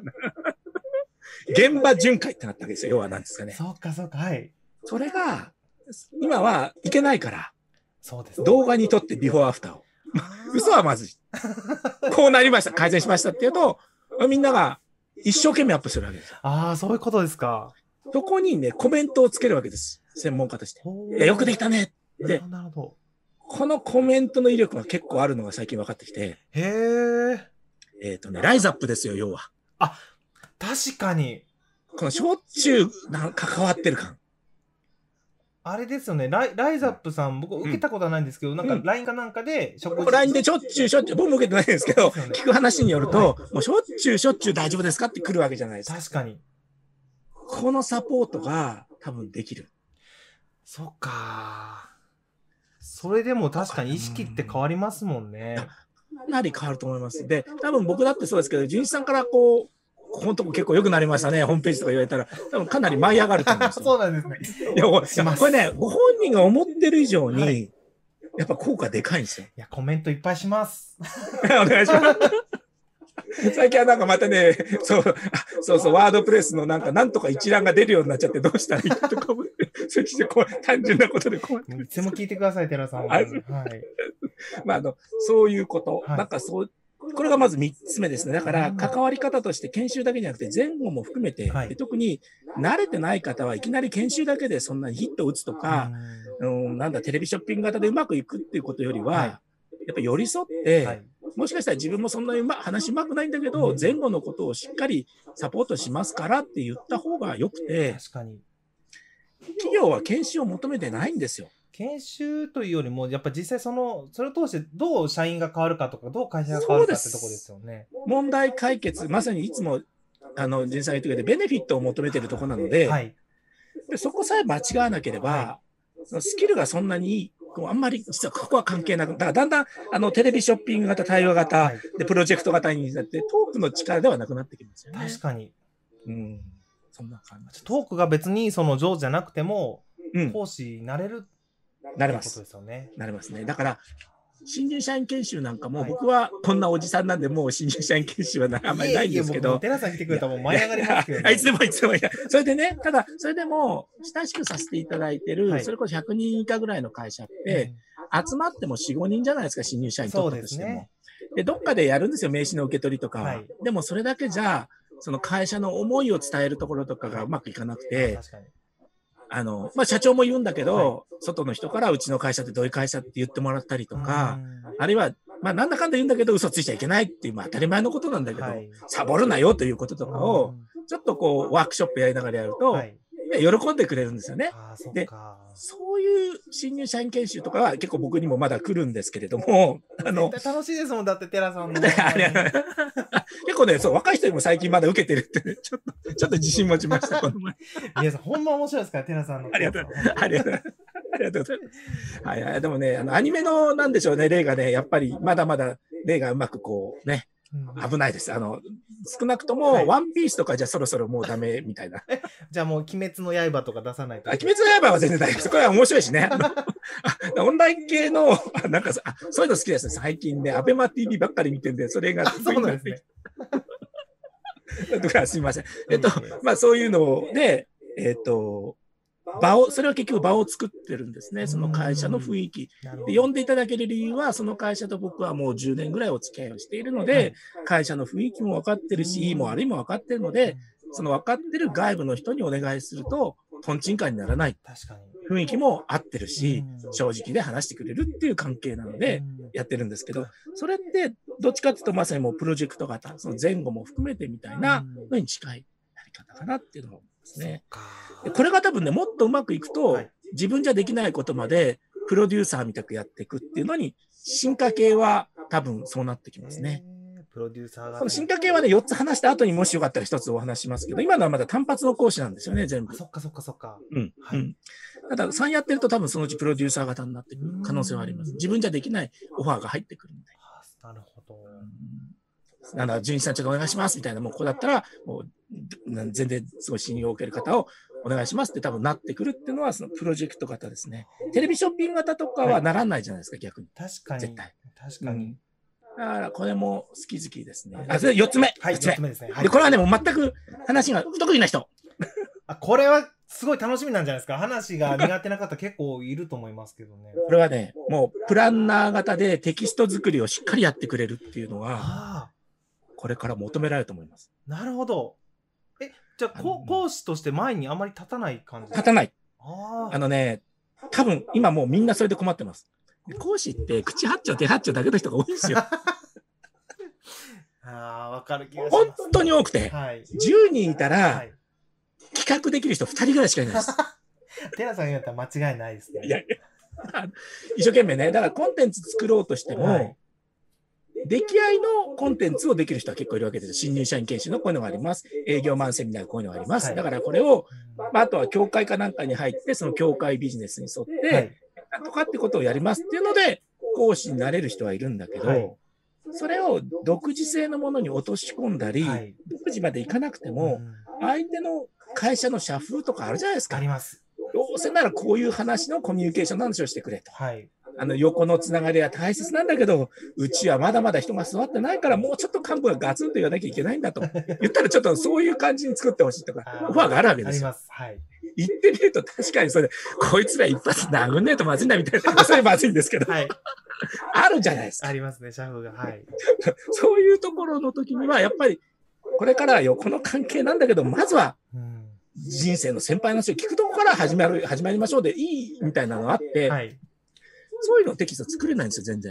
現場巡回ってなったわけですよ。要は何ですかね。 そうか。 それが、今はいけないから、 そうですね。 動画に撮ってビフォーアフターを。嘘はまずい。こうなりました。改善しましたっていうと、みんなが一生懸命アップするわけです。 そういうことですか。 そこにね、コメントをつけるわけです。専門家として。いや、よくできたねって。 なるほど。 このコメントの威力が結構あるのが最近分かってきて。ライズアップですよ、要は。 確かに。 このしょっちゅう関わってる感。 あれですよね。ライズアップさん、僕受けたことはないんですけど、なんか LINE かなんかで食事。LINE でしょっちゅう、僕も受けてないんですけど、聞く話によると、もうしょっちゅう大丈夫ですかって来るわけじゃないですか。 確かに。 このサポートが多分できる。 そっか。それでも確かに意識って変わりますもんね。 かなり変わると思います。で、多分僕だってそうですけど、純一さんからここのとこ結構良くなりましたね、ホームページとか言われたら、多分かなり舞い上がると思います。 そうなんですね。 いや、これね、ご本人が思ってる以上に、やっぱ効果でかいんですよ。 いや、コメントいっぱいします。 お願いします。最近はなんかまたね、そう、ワードプレスのなんとか一覧が出るようになっちゃってどうしたらいいとか思って、それして単純なことで困ってる。 いつも聞いてください、寺さんは。 そういうこと。これがまず3つ目ですね。だから、関わり方として研修だけじゃなくて、前後も含めて、特に慣れてない方はいきなり研修だけでそんなにヒットを打つとか、テレビショッピング型でうまくいくっていうことよりは、やっぱ寄り添って、もしかしたら自分もそんなに話うまくないんだけど、前後のことをしっかりサポートしますからって言った方がよくて、 確かに。 企業は研修を求めてないんですよ。 研修というよりも、やっぱ実際それを通してどう社員が変わるかとか、どう会社が変わるかってとこですよね。 問題解決、まさにいつも、人さんが言ってくれて、ベネフィットを求めてるところなので、はい、でそこさえ間違わなければ、はい、スキルがそんなに、あんまり、実はここは関係なく、だからだんだん、テレビショッピング型、対話型、はい、で、プロジェクト型になって、トークの力ではなくなってきますよね。 確かに。 うん。そんな感じ。 トークが別にその上手じゃなくても、講師になれる、 なれます。なれますね。だから、新入社員研修なんかも、僕はこんなおじさんなんで、もう新入社員研修はあんまりないんですけど。 寺さん来てくれたらもう舞い上がりますけどね。 いつでもいつでもいい。それでね、ただ、それでも、親しくさせていただいてる、それこそ100人以下ぐらいの会社って、集まっても4、5人じゃないですか、新入社員取ったとしても。で、どっかでやるんですよ、名刺の受け取りとかは。でも、それだけじゃ、その会社の思いを伝えるところとかがうまくいかなくて、社長も言うんだけど、外の人からうちの会社ってどういう会社って言ってもらったりとか、あるいは、なんだかんだ言うんだけど嘘ついちゃいけないっていう、当たり前のことなんだけど、サボるなよということとかを、ちょっとワークショップやりながらやると、喜んでくれるんですよね。で、そういう新入社員研修とかは結構僕にもまだ来るんですけれども、 楽しいですもん、だって寺さんも。 結構ね、そう、若い人にも最近まだ受けてるってね、ちょっと自信持ちました、この前。 皆さん、ほんま面白いですから、寺さんの。 ありがとうございます。はいはい。でもね、アニメの、なんでしょうね、例がね、やっぱり、まだまだ例がうまくね、危ないです。少なくとも、ワンピースとかじゃそろそろもうダメみたいな。 じゃあもう、鬼滅の刃とか出さないと。 鬼滅の刃は全然大丈夫です。これは面白いしね。オンライン系の、なんかそういうの好きですね。最近ね、アベマ TV ばっかり見てんで、それが。 そうなんですね。 とか、すみません。そういうので、それは結局場を作ってるんですね。その会社の雰囲気。で、呼んでいただける理由は、その会社と僕はもう10年ぐらいお付き合いをしているので、会社の雰囲気も分かってるし、いいも悪いも分かってるので、その分かってる外部の人にお願いすると、トンチンカンにならない。雰囲気も合ってるし、正直で話してくれるっていう関係なので、やってるんですけど、それって、どっちかっていうとまさにもうプロジェクト型、その前後も含めてみたいなのに近いやり方かなっていうのですね。これが多分ね、もっとうまくいくと、自分じゃできないことまで、プロデューサーみたくやっていくっていうのに、進化系は多分そうなってきますね。 プロデューサーが。 この進化系はね、4つ話した後にもしよかったら1つお話しますけど、今のはまだ単発の講師なんですよね、全部。 そっか。 うん。はい。ただ、3やってると多分そのうちプロデューサー型になってくる可能性はあります。自分じゃできないオファーが入ってくるみたいな。なるほど。 なんだ、純一さんちょっとお願いしますみたいな、もうここだったら、もう全然すごい信用を受ける方をお願いしますって多分なってくるっていうのは、そのプロジェクト型ですね。テレビショッピング型とかはならないじゃないですか、逆に。 確かに。 絶対。 確かに。 だから、これも好き好きですね。それ4つ目。 はい、4つ目ですね。 で、これはね、もう全く話が不得意な人。 これはすごい楽しみなんじゃないですか。話が苦手な方結構いると思いますけどね。 これはね、もうプランナー型でテキスト作りをしっかりやってくれるっていうのは、これから求められると思います。 なるほど。じゃあ、講師として前にあまり立たない感じですか？ 立たない。多分今もうみんなそれで困ってます。講師って口八丁手八丁だけの人が多いんですよ。 わかる気がします。 本当に多くて、10人いたら、企画できる人2人ぐらいしかいないです。 寺さん言うたら間違いないですね。 いや一生懸命ね、だからコンテンツ作ろうとしても、出来合いのコンテンツをできる人は結構いるわけです。新入社員研修のこういうのがあります。営業マンセミナーこういうのがあります。だからこれを、あとは協会かなんかに入って、その協会ビジネスに沿って、とかってことをやりますっていうので、講師になれる人はいるんだけど、それを独自性のものに落とし込んだり、独自までいかなくても、相手の会社の社風とかあるじゃないですか。 あります。 どうせならこういう話のコミュニケーションの話をしてくれと。横のつながりは大切なんだけど、うちはまだまだ人が座ってないから、もうちょっと幹部がガツンと言わなきゃいけないんだと。言ったらちょっとそういう感じに作ってほしいとか、オファーがあるわけですよ。言ってみると確かにそれ、こいつら一発殴んねえとまずいんだみたいな、それまずいんですけど、あるじゃないですか。 ありますね、社風が。 そういうところの時には、やっぱり、これからは横の関係なんだけど、まずは、人生の先輩の話を聞くとこから始まりましょうでいいみたいなのがあって、そういうのテキスト作れないんですよ、全然。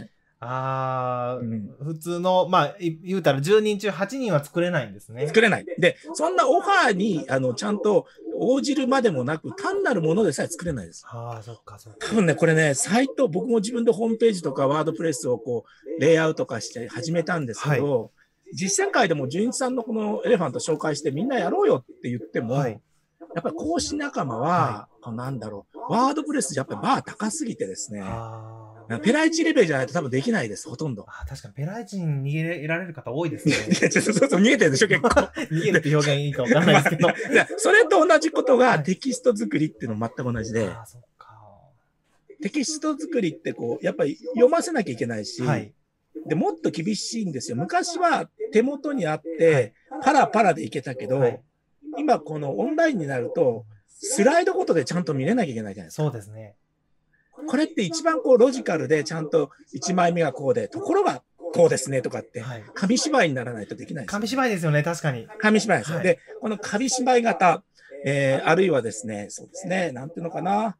ああ、普通の、まあ、言うたら10人中8人は作れないんですね。 作れない。で、そんなオファーに、ちゃんと応じるまでもなく、単なるものでさえ作れないです。 ああ、そっか、そっか。 多分ね、これね、サイト、僕も自分でホームページとかワードプレスをこう、レイアウト化して始めたんですけど、実践会でも純一さんのこのエレファント紹介してみんなやろうよって言っても、やっぱり講師仲間は、なんだろう、ワードプレスやっぱりバー高すぎてですね、ペライチレベルじゃないと多分できないです、ほとんど。 確かにペライチに逃げられる方多いですね。 いや、そう逃げてるでしょ、結構。 逃げるって表現いいかわかんないですけど。 いや、それと同じことがテキスト作りっていうのも全く同じで、テキスト作りってこう、やっぱり読ませなきゃいけないし、で、もっと厳しいんですよ。昔は手元にあって、パラパラでいけたけど、今このオンラインになると、スライドごとでちゃんと見れなきゃいけないじゃないですか。 そうですね。 これって一番こうロジカルでちゃんと1枚目がこうで、ところがこうですねとかって、紙芝居にならないとできないです、 紙芝居ですよね、確かに。 紙芝居ですよ。で、この紙芝居型、あるいはですね、そうですね、なんていうのかな、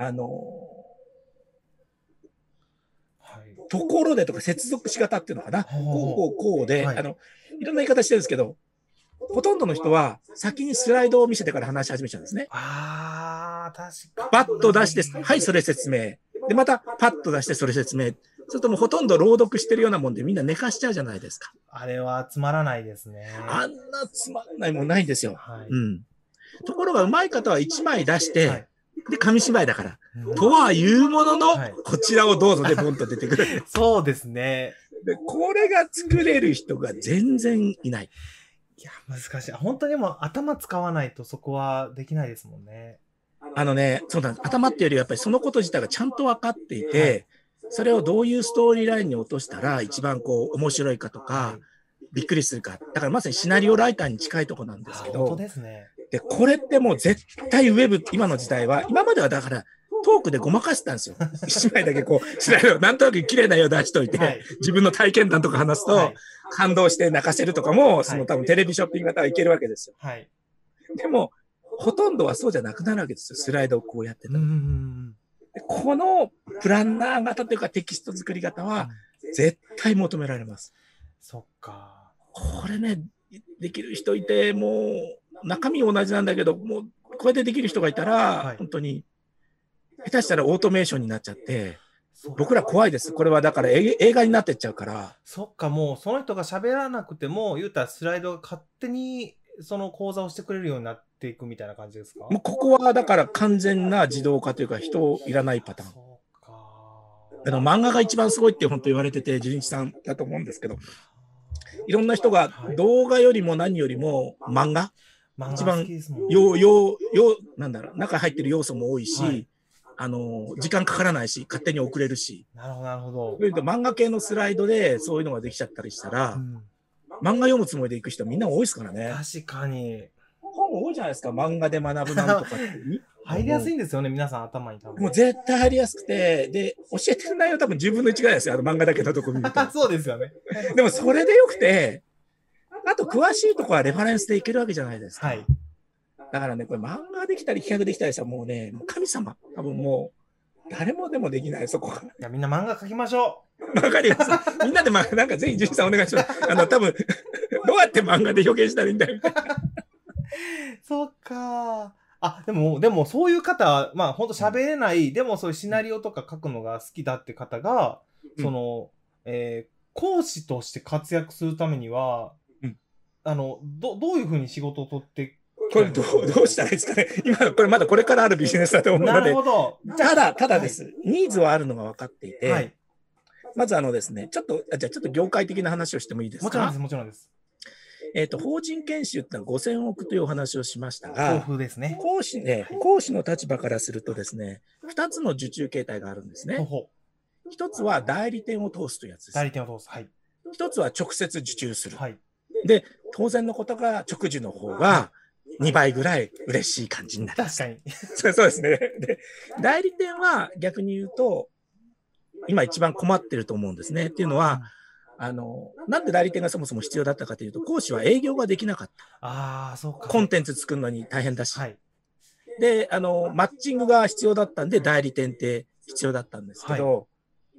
ところでとか接続し方っていうのかな、こうで、いろんな言い方してるんですけど、ほとんどの人は先にスライドを見せてから話し始めちゃうんですね。 ああ、確かに。 パッと出して、はい、それ説明。で、またパッと出してそれ説明。それともほとんど朗読してるようなもんでみんな寝かしちゃうじゃないですか。 あれはつまらないですね。 あんなつまらないもんないんですよ。ところが上手い方は1枚出して、で、紙芝居だから。とはいうものの、こちらをどうぞでボンと出てくる。 そうですね。 で、これが作れる人が全然いない。 いや、難しい。本当にもう頭使わないとそこはできないですもんね。 そうなんです。頭っていうよりやっぱりそのこと自体がちゃんと分かっていて、それをどういうストーリーラインに落としたら一番こう面白いかとか、びっくりするか。だからまさにシナリオライターに近いところなんですけど。 本当ですね。 で、これってもう絶対ウェブ、今の時代は、今まではだからトークでごまかしてたんですよ。一枚だけこう、シナリオ、なんとなく綺麗な絵を出しといて、自分の体験談とか話すと、感動して泣かせるとかも、その多分テレビショッピング型はいけるわけですよ。でも、ほとんどはそうじゃなくなるわけですよ。スライドをこうやってたら。このプランナー型というかテキスト作り方は絶対求められます。 そっか。 これね、できる人いて、もう中身同じなんだけど、もうこれでできる人がいたら、本当に下手したらオートメーションになっちゃって、僕ら怖いです。これはだから映画になってっちゃうから。 そっか、もうその人が喋らなくても、言うたらスライドが勝手にその講座をしてくれるようになっていくみたいな感じですか？ もうここはだから完全な自動化というか人いらないパターン。漫画が一番すごいって本当言われてて、純一さんだと思うんですけど、いろんな人が動画よりも何よりも漫画、一番なんだろう、中入ってる要素も多いし、時間かからないし、勝手に送れるし。 なるほど、なるほど。 漫画系のスライドでそういうのができちゃったりしたら、漫画読むつもりで行く人みんな多いですからね。 確かに。 本多いじゃないですか、漫画で学ぶなんとかって。 入りやすいんですよね、皆さん頭に多分。 もう絶対入りやすくて、で、教えてる内容多分10分の1ぐらいですよ、漫画だけのとこ見ると。 そうですよね。 でもそれでよくて、あと詳しいとこはレファレンスでいけるわけじゃないですか。だからね、これ漫画できたり企画できたりしたらもうね、神様。多分もう、誰もでもできない、そこが。いや、みんな漫画描きましょう。わかります。みんなでなんかぜひ、純一さんお願いします。多分、どうやって漫画で表現したらいいんだよ、みたいな。 そっか。でもそういう方、まあ本当喋れない、でもそういうシナリオとか書くのが好きだって方が、講師として活躍するためには、どういうふうに仕事を取ってこれどうしたらいいですかね。今、これまだこれからあるビジネスだと思うので。 なるほど。 ただです。ニーズはあるのが分かっていて、まずですね、ちょっと業界的な話をしてもいいですか？ もちろんです、もちろんです。 法人研修ってのは5000億というお話をしましたが、 豊富ですね。 講師の立場からするとですね、2つの受注形態があるんですね。1つは代理店を通すというやつです。 代理店を通す。はい。 1つは直接受注する。はい。で、当然のことが直受の方が2倍ぐらい嬉しい感じになります。 確かに。 そうですね。で、代理店は逆に言うと、今一番困ってると思うんですね。っていうのは、なんで代理店がそもそも必要だったかというと、講師は営業ができなかった。 そうか。 コンテンツ作るのに大変だし。はい。で、マッチングが必要だったんで、代理店って必要だったんですけど、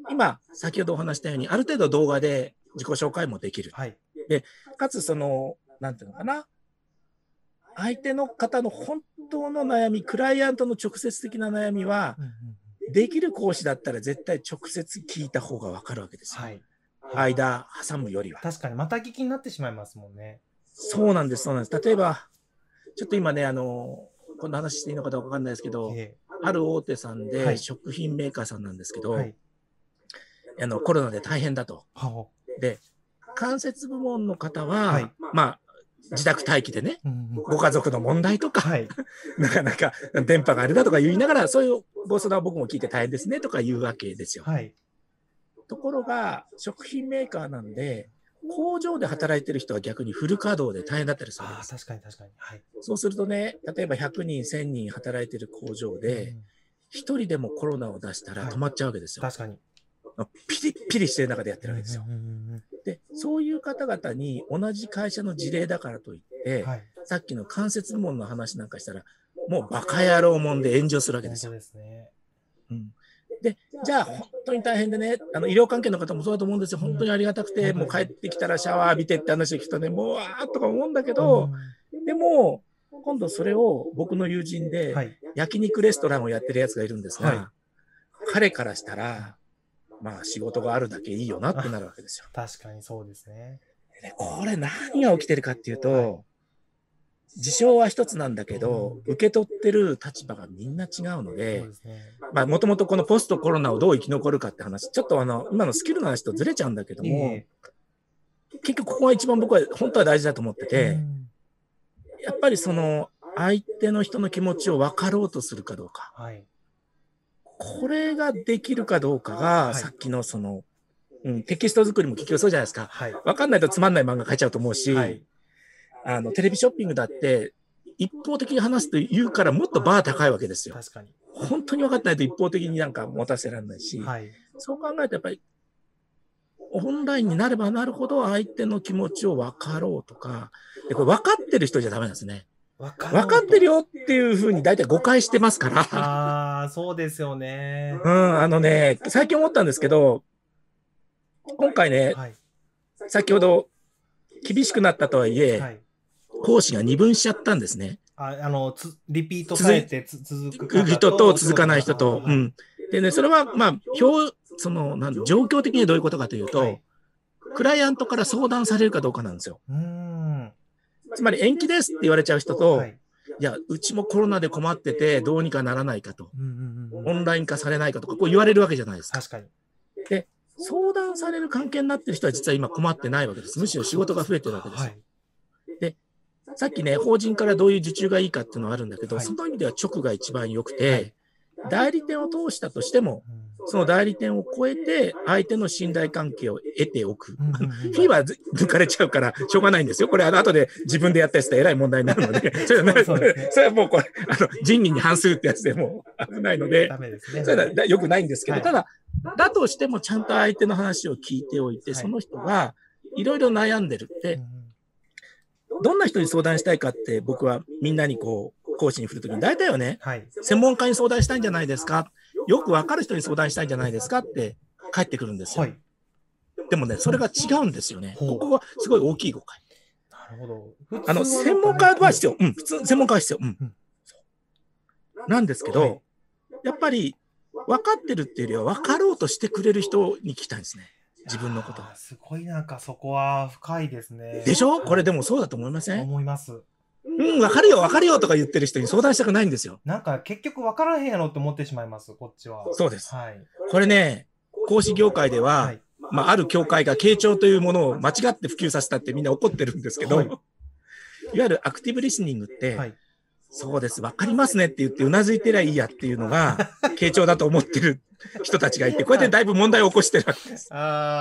今、先ほどお話したように、ある程度動画で自己紹介もできる。 はい。 で、かつなんていうのかな。相手の方の本当の悩み、クライアントの直接的な悩みは、できる講師だったら絶対直接聞いた方がわかるわけですよ。はい。間挟むよりは。 確かに、また聞きになってしまいますもんね。 そうなんです、そうなんです。例えば、ちょっと今ね、こんな話していいのかどうかわかんないですけど、ある大手さんで、食品メーカーさんなんですけど、コロナで大変だと。で、間接部門の方は、まあ、自宅待機でね、ご家族の問題とか、なかなか電波があれだとか言いながら、そういうご相談を僕も聞いて大変ですねとか言うわけですよ。ところが、食品メーカーなんで、工場で働いてる人は逆にフル稼働で大変だったりするわけです。 確かに確かに。 そうするとね、例えば100人、1000人働いてる工場で、1人でもコロナを出したら止まっちゃうわけですよ。 確かに。 ピリッピリしてる中でやってるわけですよ。で、そういう方々に同じ会社の事例だからといって、さっきの間接部門の話なんかしたら、もうバカ野郎もんで炎上するわけですよ。で、じゃあ本当に大変でね、医療関係の方もそうだと思うんですよ。本当にありがたくて、もう帰ってきたらシャワー浴びてって話を聞くとね、もうわーっとか思うんだけど、でも、今度それを僕の友人で焼肉レストランをやってるやつがいるんですが、彼からしたら、まあ仕事があるだけいいよなってなるわけですよ。 確かにそうですね。 でこれ何が起きてるかっていうと、事象は一つなんだけど、受け取ってる立場がみんな違うので、まあもともとこのポストコロナをどう生き残るかって話、ちょっと今のスキルの話とずれちゃうんだけども、結局ここが一番僕は本当は大事だと思ってて、やっぱり相手の人の気持ちを分かろうとするかどうか。これができるかどうかが、さっきのテキスト作りも結局そうじゃないですか。分かんないとつまんない漫画書いちゃうと思うし、テレビショッピングだって一方的に話すと言うからもっとバー高いわけですよ。 確かに。 本当に分かってないと一方的になんか持たせられないし、そう考えるとやっぱりオンラインになればなるほど相手の気持ちを分かろうとか、でこれ分かってる人じゃダメなんですね。分かってるよっていうふうに大体誤解してますから。 ああ、そうですよね。 最近思ったんですけど、今回ね、先ほど厳しくなったとはいえ、講師が二分しちゃったんですね。 リピートされて続く人と続かない人と。でね、それは、まあ、状況的にはどういうことかというと、クライアントから相談されるかどうかなんですよ。つまり延期ですって言われちゃう人と、いや、うちもコロナで困っててどうにかならないかと、オンライン化されないかとか、こう言われるわけじゃないですか。 確かに。 で、相談される関係になってる人は実は今困ってないわけです。むしろ仕事が増えてるわけですよ。で、さっきね、法人からどういう受注がいいかっていうのはあるんだけど、その意味では直が一番良くて、代理店を通したとしても、その代理店を超えて相手の信頼関係を得ておく。フィーは抜かれちゃうからしょうがないんですよ。これ後で自分でやったやつと偉い問題になるので、それはもうこれ、仁義に反するってやつでも危ないので、それは良くないんですけど、ただ、だとしてもちゃんと相手の話を聞いておいて、その人がいろいろ悩んでるって、どんな人に相談したいかって僕はみんなに講師に振るときに大体はね、専門家に相談したいんじゃないですか、よくわかる人に相談したいんじゃないですかって返ってくるんですよ。でもね、それが違うんですよね。ここがすごい大きい誤解。 なるほど。 専門家は必要。普通、専門家は必要。なんですけど、やっぱり分かってるっていうよりは分かろうとしてくれる人に聞きたいんですね。自分のこと。 すごいなんかそこは深いですね。 でしょ？これでもそうだと思いません？ 思います。 分かるよ、分かるよとか言ってる人に相談したくないんですよ。 なんか結局分からへんやろって思ってしまいます、こっちは。 そうです。これね、講師業界では、ある協会が傾聴というものを間違って普及させたってみんな怒ってるんですけど、いわゆるアクティブリスニングって、そうです、分かりますねって言ってうなずいてりゃいいやっていうのが、傾聴だと思ってる人たちがいて、こうやってだいぶ問題を起こしてるわけです。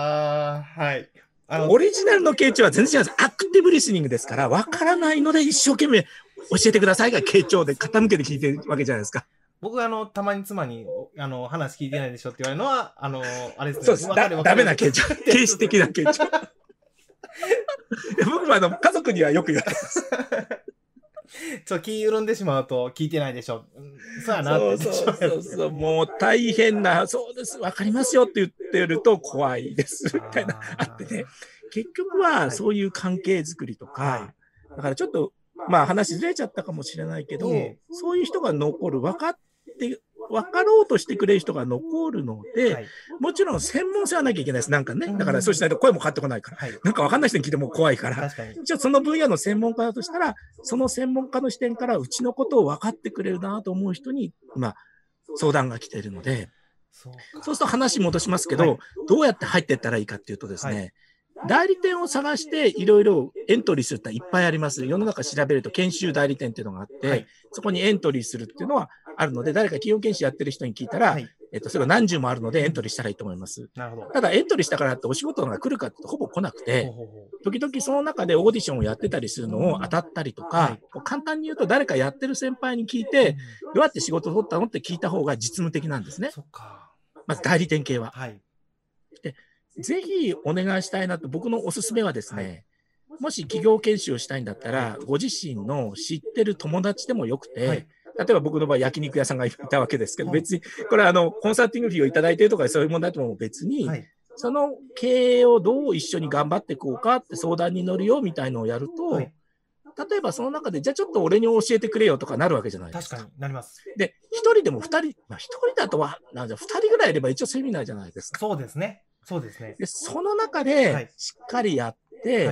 オリジナルの傾聴は全然違うんです。アクティブリスニングですから、分からないので一生懸命教えてくださいが傾聴で傾けて聞いてるわけじゃないですか。 僕たまに妻に話聞いてないでしょって言われるのは、あれですね。 そうです。ダメな傾聴。形式的な傾聴。僕は家族にはよく言われます。 ちょっと気緩んでしまうと聞いてないでしょ。そうやなってそうそうそう、もう大変な、そうです、わかりますよって言ってると怖いです、みたいな、あってね。結局はそういう関係づくりとか、だからちょっと、まあ話ずれちゃったかもしれないけど、そういう人が残る、分かろうとしてくれる人が残るので、もちろん専門性はなきゃいけないです。なんかね。だからそうしないと声もかかってこないから。なんか分かんない人に聞いても怖いから。じゃあその分野の専門家だとしたら、その専門家の視点からうちのことを分かってくれるなと思う人に、相談が来ているので、そうすると話戻しますけど、どうやって入っていったらいいかっていうとですね、代理店を探していろいろエントリーするっていっぱいあります。世の中調べると研修代理店っていうのがあって、そこにエントリーするっていうのはあるので、誰か企業研修やってる人に聞いたら、それが何十もあるのでエントリーしたらいいと思います。ただエントリーしたからってお仕事が来るかってほぼ来なくて、時々その中でオーディションをやってたりするのを当たったりとか、簡単に言うと誰かやってる先輩に聞いて、どうやって仕事を取ったのって聞いた方が実務的なんですね。まず代理店系は。でぜひお願いしたいなと、僕のおすすめはですね、もし企業研修をしたいんだったら、ご自身の知ってる友達でもよくて、例えば僕の場合焼肉屋さんがいたわけですけど、別に、これはコンサルティングフィーをいただいているとかそういう問題とも別に、その経営をどう一緒に頑張っていこうかって相談に乗るよみたいのをやると、例えばその中で、じゃあちょっと俺に教えてくれよとかなるわけじゃないですか。 確かになります。 で、一人でも二人、一人だとは、二人ぐらいいれば一応セミナーじゃないですか。 そうですね。そうですね。 で、その中でしっかりやって、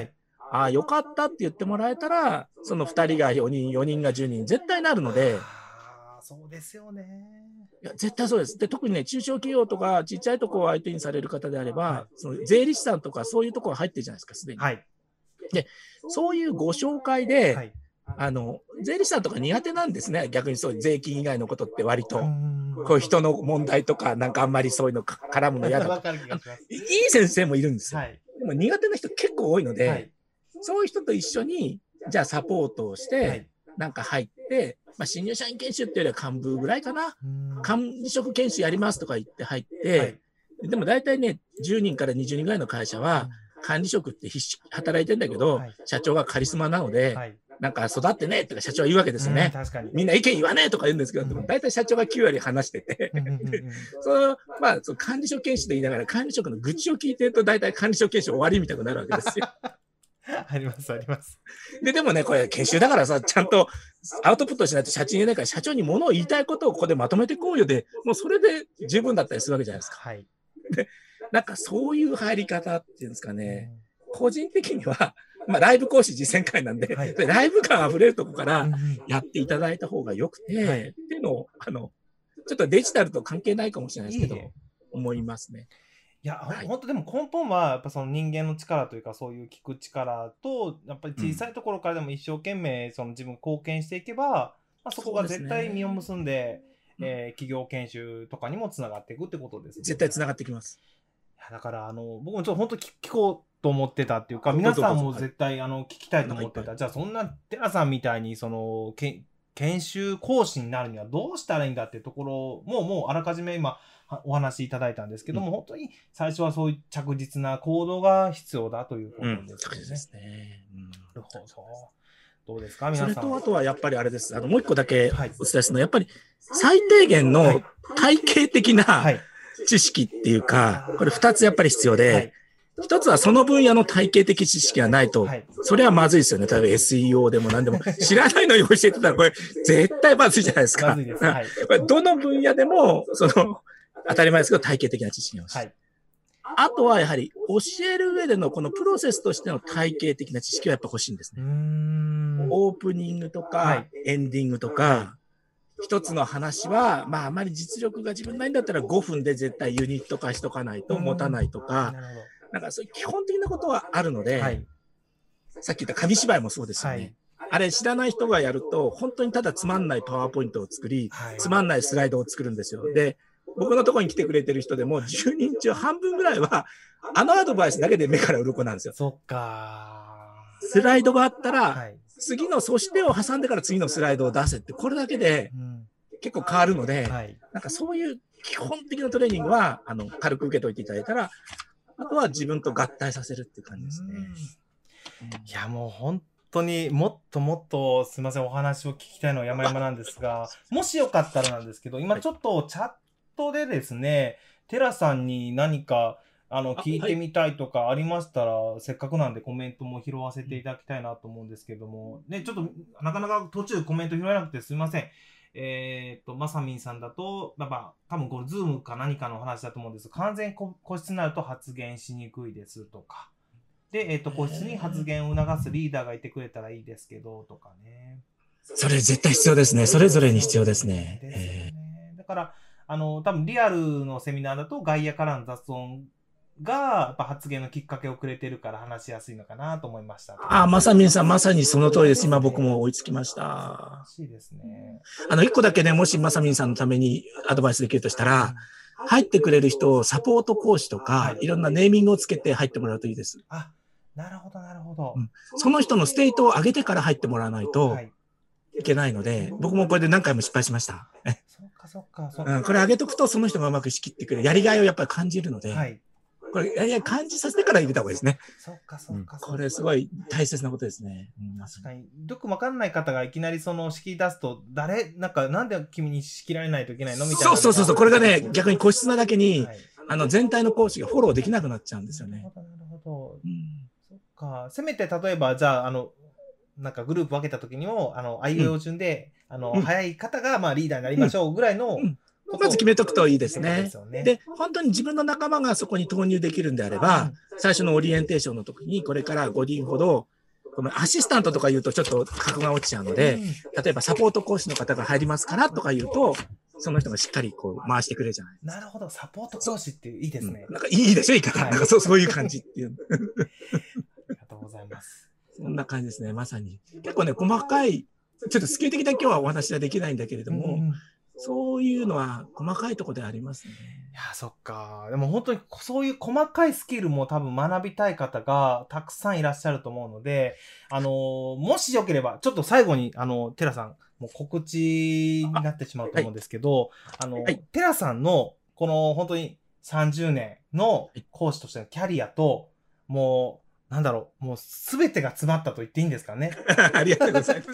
ああ、よかったって言ってもらえたら、その2人が4人、4人が10人、絶対なるので。 そうですよね。 いや、絶対そうです。で、特にね、中小企業とか、ちっちゃいところを相手にされる方であれば、その税理士さんとか、そういうところ入ってるじゃないですか、すでに。で、そういうご紹介で、税理士さんとか苦手なんですね。逆にそういう税金以外のことって割と。こういう人の問題とか、なんかあんまりそういうの絡むの嫌だと。いい先生もいるんですよ。でも苦手な人結構多いので、そういう人と一緒に、じゃあサポートをして、なんか入って、新入社員研修っていうよりは幹部ぐらいかな。管理職研修やりますとか言って入って、でも大体ね、10人から20人ぐらいの会社は、管理職って必死働いてんだけど、社長がカリスマなので、なんか育ってねとか社長は言うわけですよね。みんな意見言わねえとか言うんですけど、大体社長が9割話してて、その管理職研修で言いながら管理職の愚痴を聞いてると大体管理職研修終わりみたいになるわけですよ。 あります、あります。 でもね、これ研修だからさ、ちゃんとアウトプットしないと社長に言えないから、社長に物を言いたいことをここでまとめていこうよで、もうそれで十分だったりするわけじゃないですか。で、なんかそういう入り方っていうんですかね、個人的には、ライブ講師実践会なんで、ライブ感あふれるとこからやっていただいた方がよくて、っていうのを、ちょっとデジタルと関係ないかもしれないですけど、思いますね。 いや、本当でも根本はやっぱその人間の力というか、そういう聞く力と、やっぱり小さいところからでも一生懸命その自分貢献していけば、そこが絶対実を結んで、企業研修とかにもつながっていくってことですね。 絶対つながってきます。 だから僕もちょっと本当聞こうと思ってたっていうか、皆さんも絶対聞きたいと思ってた。じゃあそんな寺さんみたいにその研修講師になるにはどうしたらいいんだっていうところもうあらかじめ今お話しいただいたんですけども、本当に最初はそういう着実な行動が必要だということですね。なるほど。どうですか、皆さん。 それとあとはやっぱりあれです。もう一個だけお伝えするのは、やっぱり最低限の体系的な知識っていうか、これ2つやっぱり必要で、一つはその分野の体系的知識がないと、それはまずいですよね。例えば SEO でも何でも、知らないのに教えてたら、これ絶対まずいじゃないですか。どの分野でも、当たり前ですけど体系的な知識が欲しい。あとはやはり教える上でのこのプロセスとしての体系的な知識はやっぱ欲しいんですね。オープニングとかエンディングとか、一つの話は、あまり実力が自分ないんだったら5分で絶対ユニット化しとかないと持たないとか、なんかそういう基本的なことはあるので、さっき言った紙芝居もそうですよね。あれ知らない人がやると、本当にただつまんないパワーポイントを作り、つまんないスライドを作るんですよ。で、僕のところに来てくれてる人でも10人中半分ぐらいは、アドバイスだけで目から鱗なんですよ。 そっか。 スライドがあったら、次のそしてを挟んでから次のスライドを出せって、これだけで結構変わるので、なんかそういう基本的なトレーニングは、軽く受けといていただいたら、あとは自分と合体させるっていう感じですね。 いや、もう本当にもっともっとすみません、お話を聞きたいのは山々なんですが、もしよかったらなんですけど、今ちょっとチャットでですね、テラさんに何か聞いてみたいとかありましたら、せっかくなんでコメントも拾わせていただきたいなと思うんですけども、ね、ちょっとなかなか途中コメント拾えなくてすみません。まさみんさんだと、多分これズームか何かの話だと思うんですが、完全個室になると発言しにくいですとか。で、個室に発言を促すリーダーがいてくれたらいいですけど、とかね。 それ絶対必要ですね。それぞれに必要ですね。 だから、多分リアルのセミナーだと外野からの雑音が、やっぱ発言のきっかけをくれてるから話しやすいのかなと思いました。 まさみんさん、まさにその通りです。今僕も追いつきました。 素晴らしいですね。 一個だけね、もしまさみんさんのためにアドバイスできるとしたら、入ってくれる人をサポート講師とか、いろんなネーミングをつけて入ってもらうといいです。 なるほど、なるほど。 その人のステートを上げてから入ってもらわないといけないので、僕もこれで何回も失敗しました。 そっか、そっか。 これ上げとくとその人がうまく仕切ってくれる。やりがいをやっぱり感じるので、これ、やりがい感じさせてから入れた方がいいですね。 そっか。 これすごい大切なことですね。 確かに。よくわかんない方がいきなりその仕切り出すと、なんで君に仕切られないといけないのみたいな。 そう。これがね、逆に個室なだけに、全体の講師がフォローできなくなっちゃうんですよね。 なるほど。そっか。せめて例えば、じゃあ、なんかグループ分けた時にも、あいうえお順で、早い方が、リーダーになりましょうぐらいの、 まず決めとくといいですね。で、本当に自分の仲間がそこに投入できるんであれば、最初のオリエンテーションの時に、これから5人ほど、このアシスタントとか言うとちょっと格が落ちちゃうので、例えばサポート講師の方が入りますからとか言うと、その人がしっかりこう回してくれるじゃないですか。 なるほど、サポート講師っていいですね。 なんかいいでしょ、言い方。なんかそういう感じっていう。 ありがとうございます。 そんな感じですね、まさに。結構ね、細かい、ちょっとスキル的だけはお話はできないんだけれども、そういうのは細かいところでありますね。 いや、そっか。でも本当にそういう細かいスキルも多分学びたい方がたくさんいらっしゃると思うので、もしよければ、ちょっと最後に、テラさん、もう告知になってしまうと思うんですけど、テラさんの、この本当に30年の講師としてのキャリアと、もう、もうすべてが詰まったと言っていいんですかね。 ありがとうございます。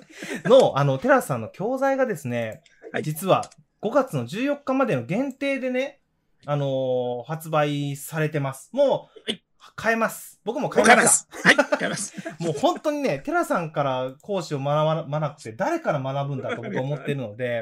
テラさんの教材がですね、実は5月の14日までの限定でね、発売されてます。もう、買えます。僕も買いました。 買えます。 もう本当にね、テラさんから講師を学ばなくて、誰から学ぶんだと僕は思ってるので、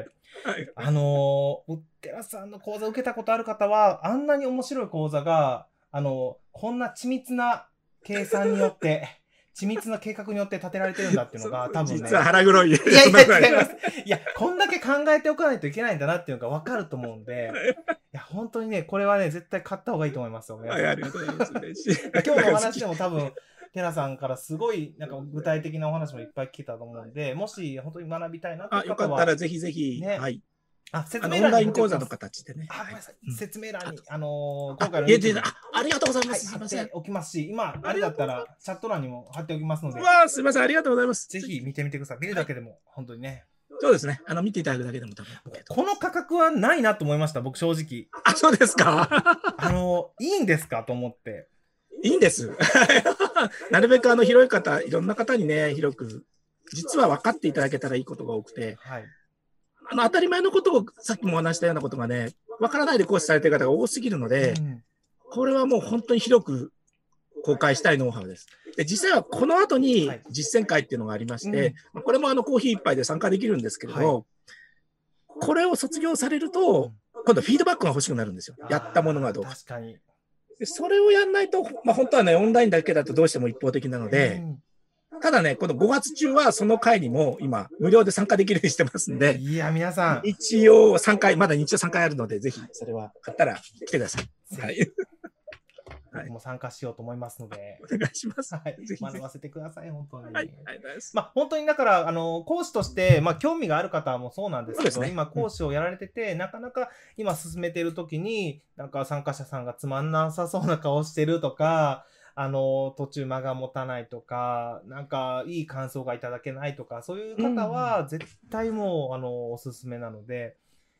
テラさんの講座を受けたことある方は、あんなに面白い講座が、こんな緻密な計算によって、緻密な計画によって立てられてるんだっていうのが多分ね。 実は腹黒い。 いや、違います。いや、こんだけ考えておかないといけないんだなっていうのが分かると思うんで、いや、本当にね、これはね、絶対買った方がいいと思いますよ。 ありがとうございます。嬉しい。 今日のお話でも多分、テラさんからすごい、なんか具体的なお話もいっぱい聞けたと思うんで、もし本当に学びたいなっていう方は。 よかったらぜひぜひ。 ね、 はい。 説明欄に。 オンライン講座の形でね。 ごめんなさい。説明欄に、今回の。 ありがとうございます。 貼っておきますし、今、あれだったら、チャット欄にも貼っておきますので。 すみません。ありがとうございます。 ぜひ見てみてください。見るだけでも、本当にね。 そうですね。見ていただくだけでも多分。 この価格はないなと思いました、僕正直。 そうですか。 いいんですかと思って。 いいんです。なるべく広い方、いろんな方にね、広く、実は分かっていただけたらいいことが多くて、当たり前のことをさっきもお話したようなことがね、分からないで講師されている方が多すぎるので、これはもう本当に広く公開したいノウハウです。で、実際はこの後に実践会っていうのがありまして、これもコーヒー一杯で参加できるんですけれど、これを卒業されると、今度フィードバックが欲しくなるんですよ。やったものがどうか。 確かに。 でそれをやんないと、本当はね、オンラインだけだとどうしても一方的なので、ただね、この5月中はその会にも今、無料で参加できるようにしてますんで、 いや、皆さん。 一応3回、まだ日曜3回あるので、ぜひ、それは買ったら来てください。はい。 僕も参加しようと思いますので。 お願いします。 はい。学ばせてください、本当に。 はい。 本当にだから、講師として、興味がある方もそうなんですけど、今講師をやられてて、なかなか今進めてる時に、なんか参加者さんがつまんなさそうな顔してるとか、途中間が持たないとか、なんかいい感想がいただけないとか、そういう方は絶対もう、おすすめなので、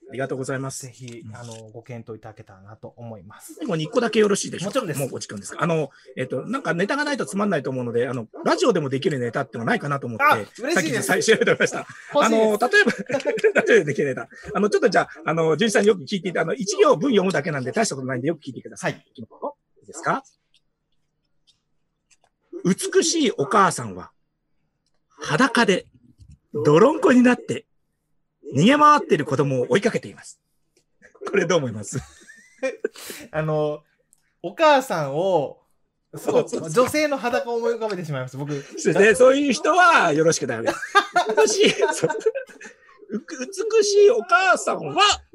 ありがとうございます。 ぜひ、ご検討いただけたらなと思います。 最後に1個だけよろしいでしょうか。 もちろんです。 もうお時間ですか。なんかネタがないとつまんないと思うので、ラジオでもできるネタってのないかなと思って、 嬉しいです。 さっき調べておりました。例えば、ラジオでできるネタ。ちょっとじゃあ、純一さんによく聞いていた、一行文読むだけなんで大したことないんでよく聞いてください。はい。いいですか？美しいお母さんは、裸で、泥んこになって、逃げ回っている子供を追いかけています。これどう思います？ お母さんを、女性の裸を思い浮かべてしまいます、僕。 そういう人はよろしくダメです。美しいお母さんは、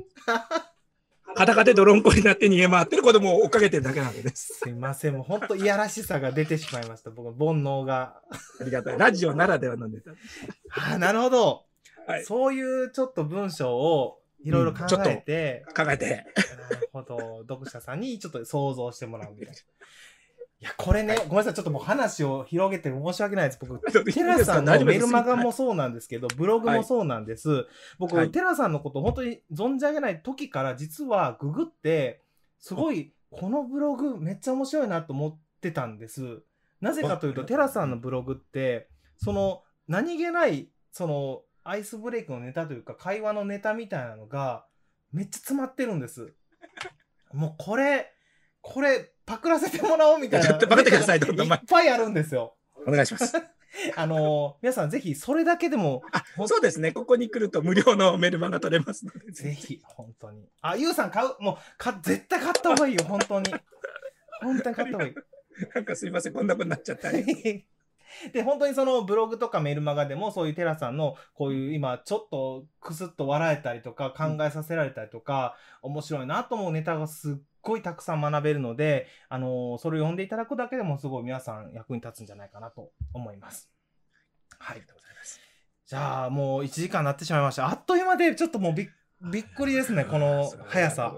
裸で泥んこになって逃げ回ってる子供を追っかけてるだけなんです。 すいません、もう本当いやらしさが出てしまいました、僕、煩悩が。 ありがたい。ラジオならではのネタ。なるほど。 はい、 そういうちょっと文章をいろいろ考えて、 なるほど、読者さんにちょっと想像してもらうみたいな。いや、これね、ごめんなさい、ちょっともう話を広げて申し訳ないです。僕、テラさんのメルマガもそうなんですけど、ブログもそうなんです。僕、テラさんのこと本当に存じ上げない時から実はググって、すごい、このブログめっちゃ面白いなと思ってたんです。なぜかというと、テラさんのブログって、何気ない、アイスブレイクのネタというか会話のネタみたいなのがめっちゃ詰まってるんです。もうこれパクらせてもらおうみたいな。 パクってください。どんどんいっぱいあるんですよ。 お願いします。 皆さんぜひそれだけでも。 そうですね。ここに来ると無料のメルマガ取れますので。 ぜひ、本当に。ゆうさん買う。もう、絶対買った方がいいよ。本当に。本当に買った方がいい。 なんかすいません。こんなことになっちゃった。 で、本当にそのブログとかメルマガでもそういうテラさんのこういう今ちょっとクスッと笑えたりとか考えさせられたりとか面白いなと思うネタがすっごいたくさん学べるので、それを読んでいただくだけでもすごい皆さん役に立つんじゃないかなと思います。はい。ありがとうございます。じゃあもう1時間になってしまいました。あっという間でちょっともうびっくりですね、この速さ。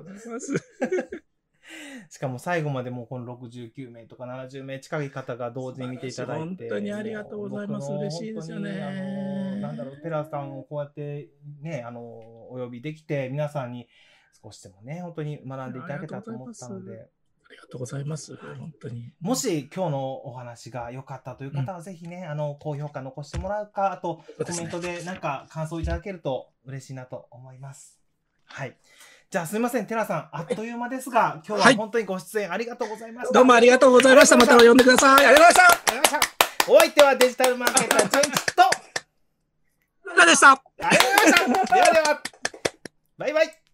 しかも最後までもうこの69名とか70名近い方が同時に見ていただいて。 本当にありがとうございます。嬉しいですよね。 テラさんをこうやってね、お呼びできて、皆さんに少しでもね、本当に学んでいただけたと思ったので。 ありがとうございます。本当に。 もし今日のお話が良かったという方は、ぜひね、高評価残してもらうか、あとコメントでなんか感想いただけると嬉しいなと思います。はい。じゃあすみません、テラさん、あっという間ですが、今日は本当にご出演ありがとうございました。 どうもありがとうございました。また呼んでください。ありがとうございました。 ありがとうございました。お相手はデジタルマーケッター、ジョインチと、 でした。 ありがとうございました。ではでは、バイバイ。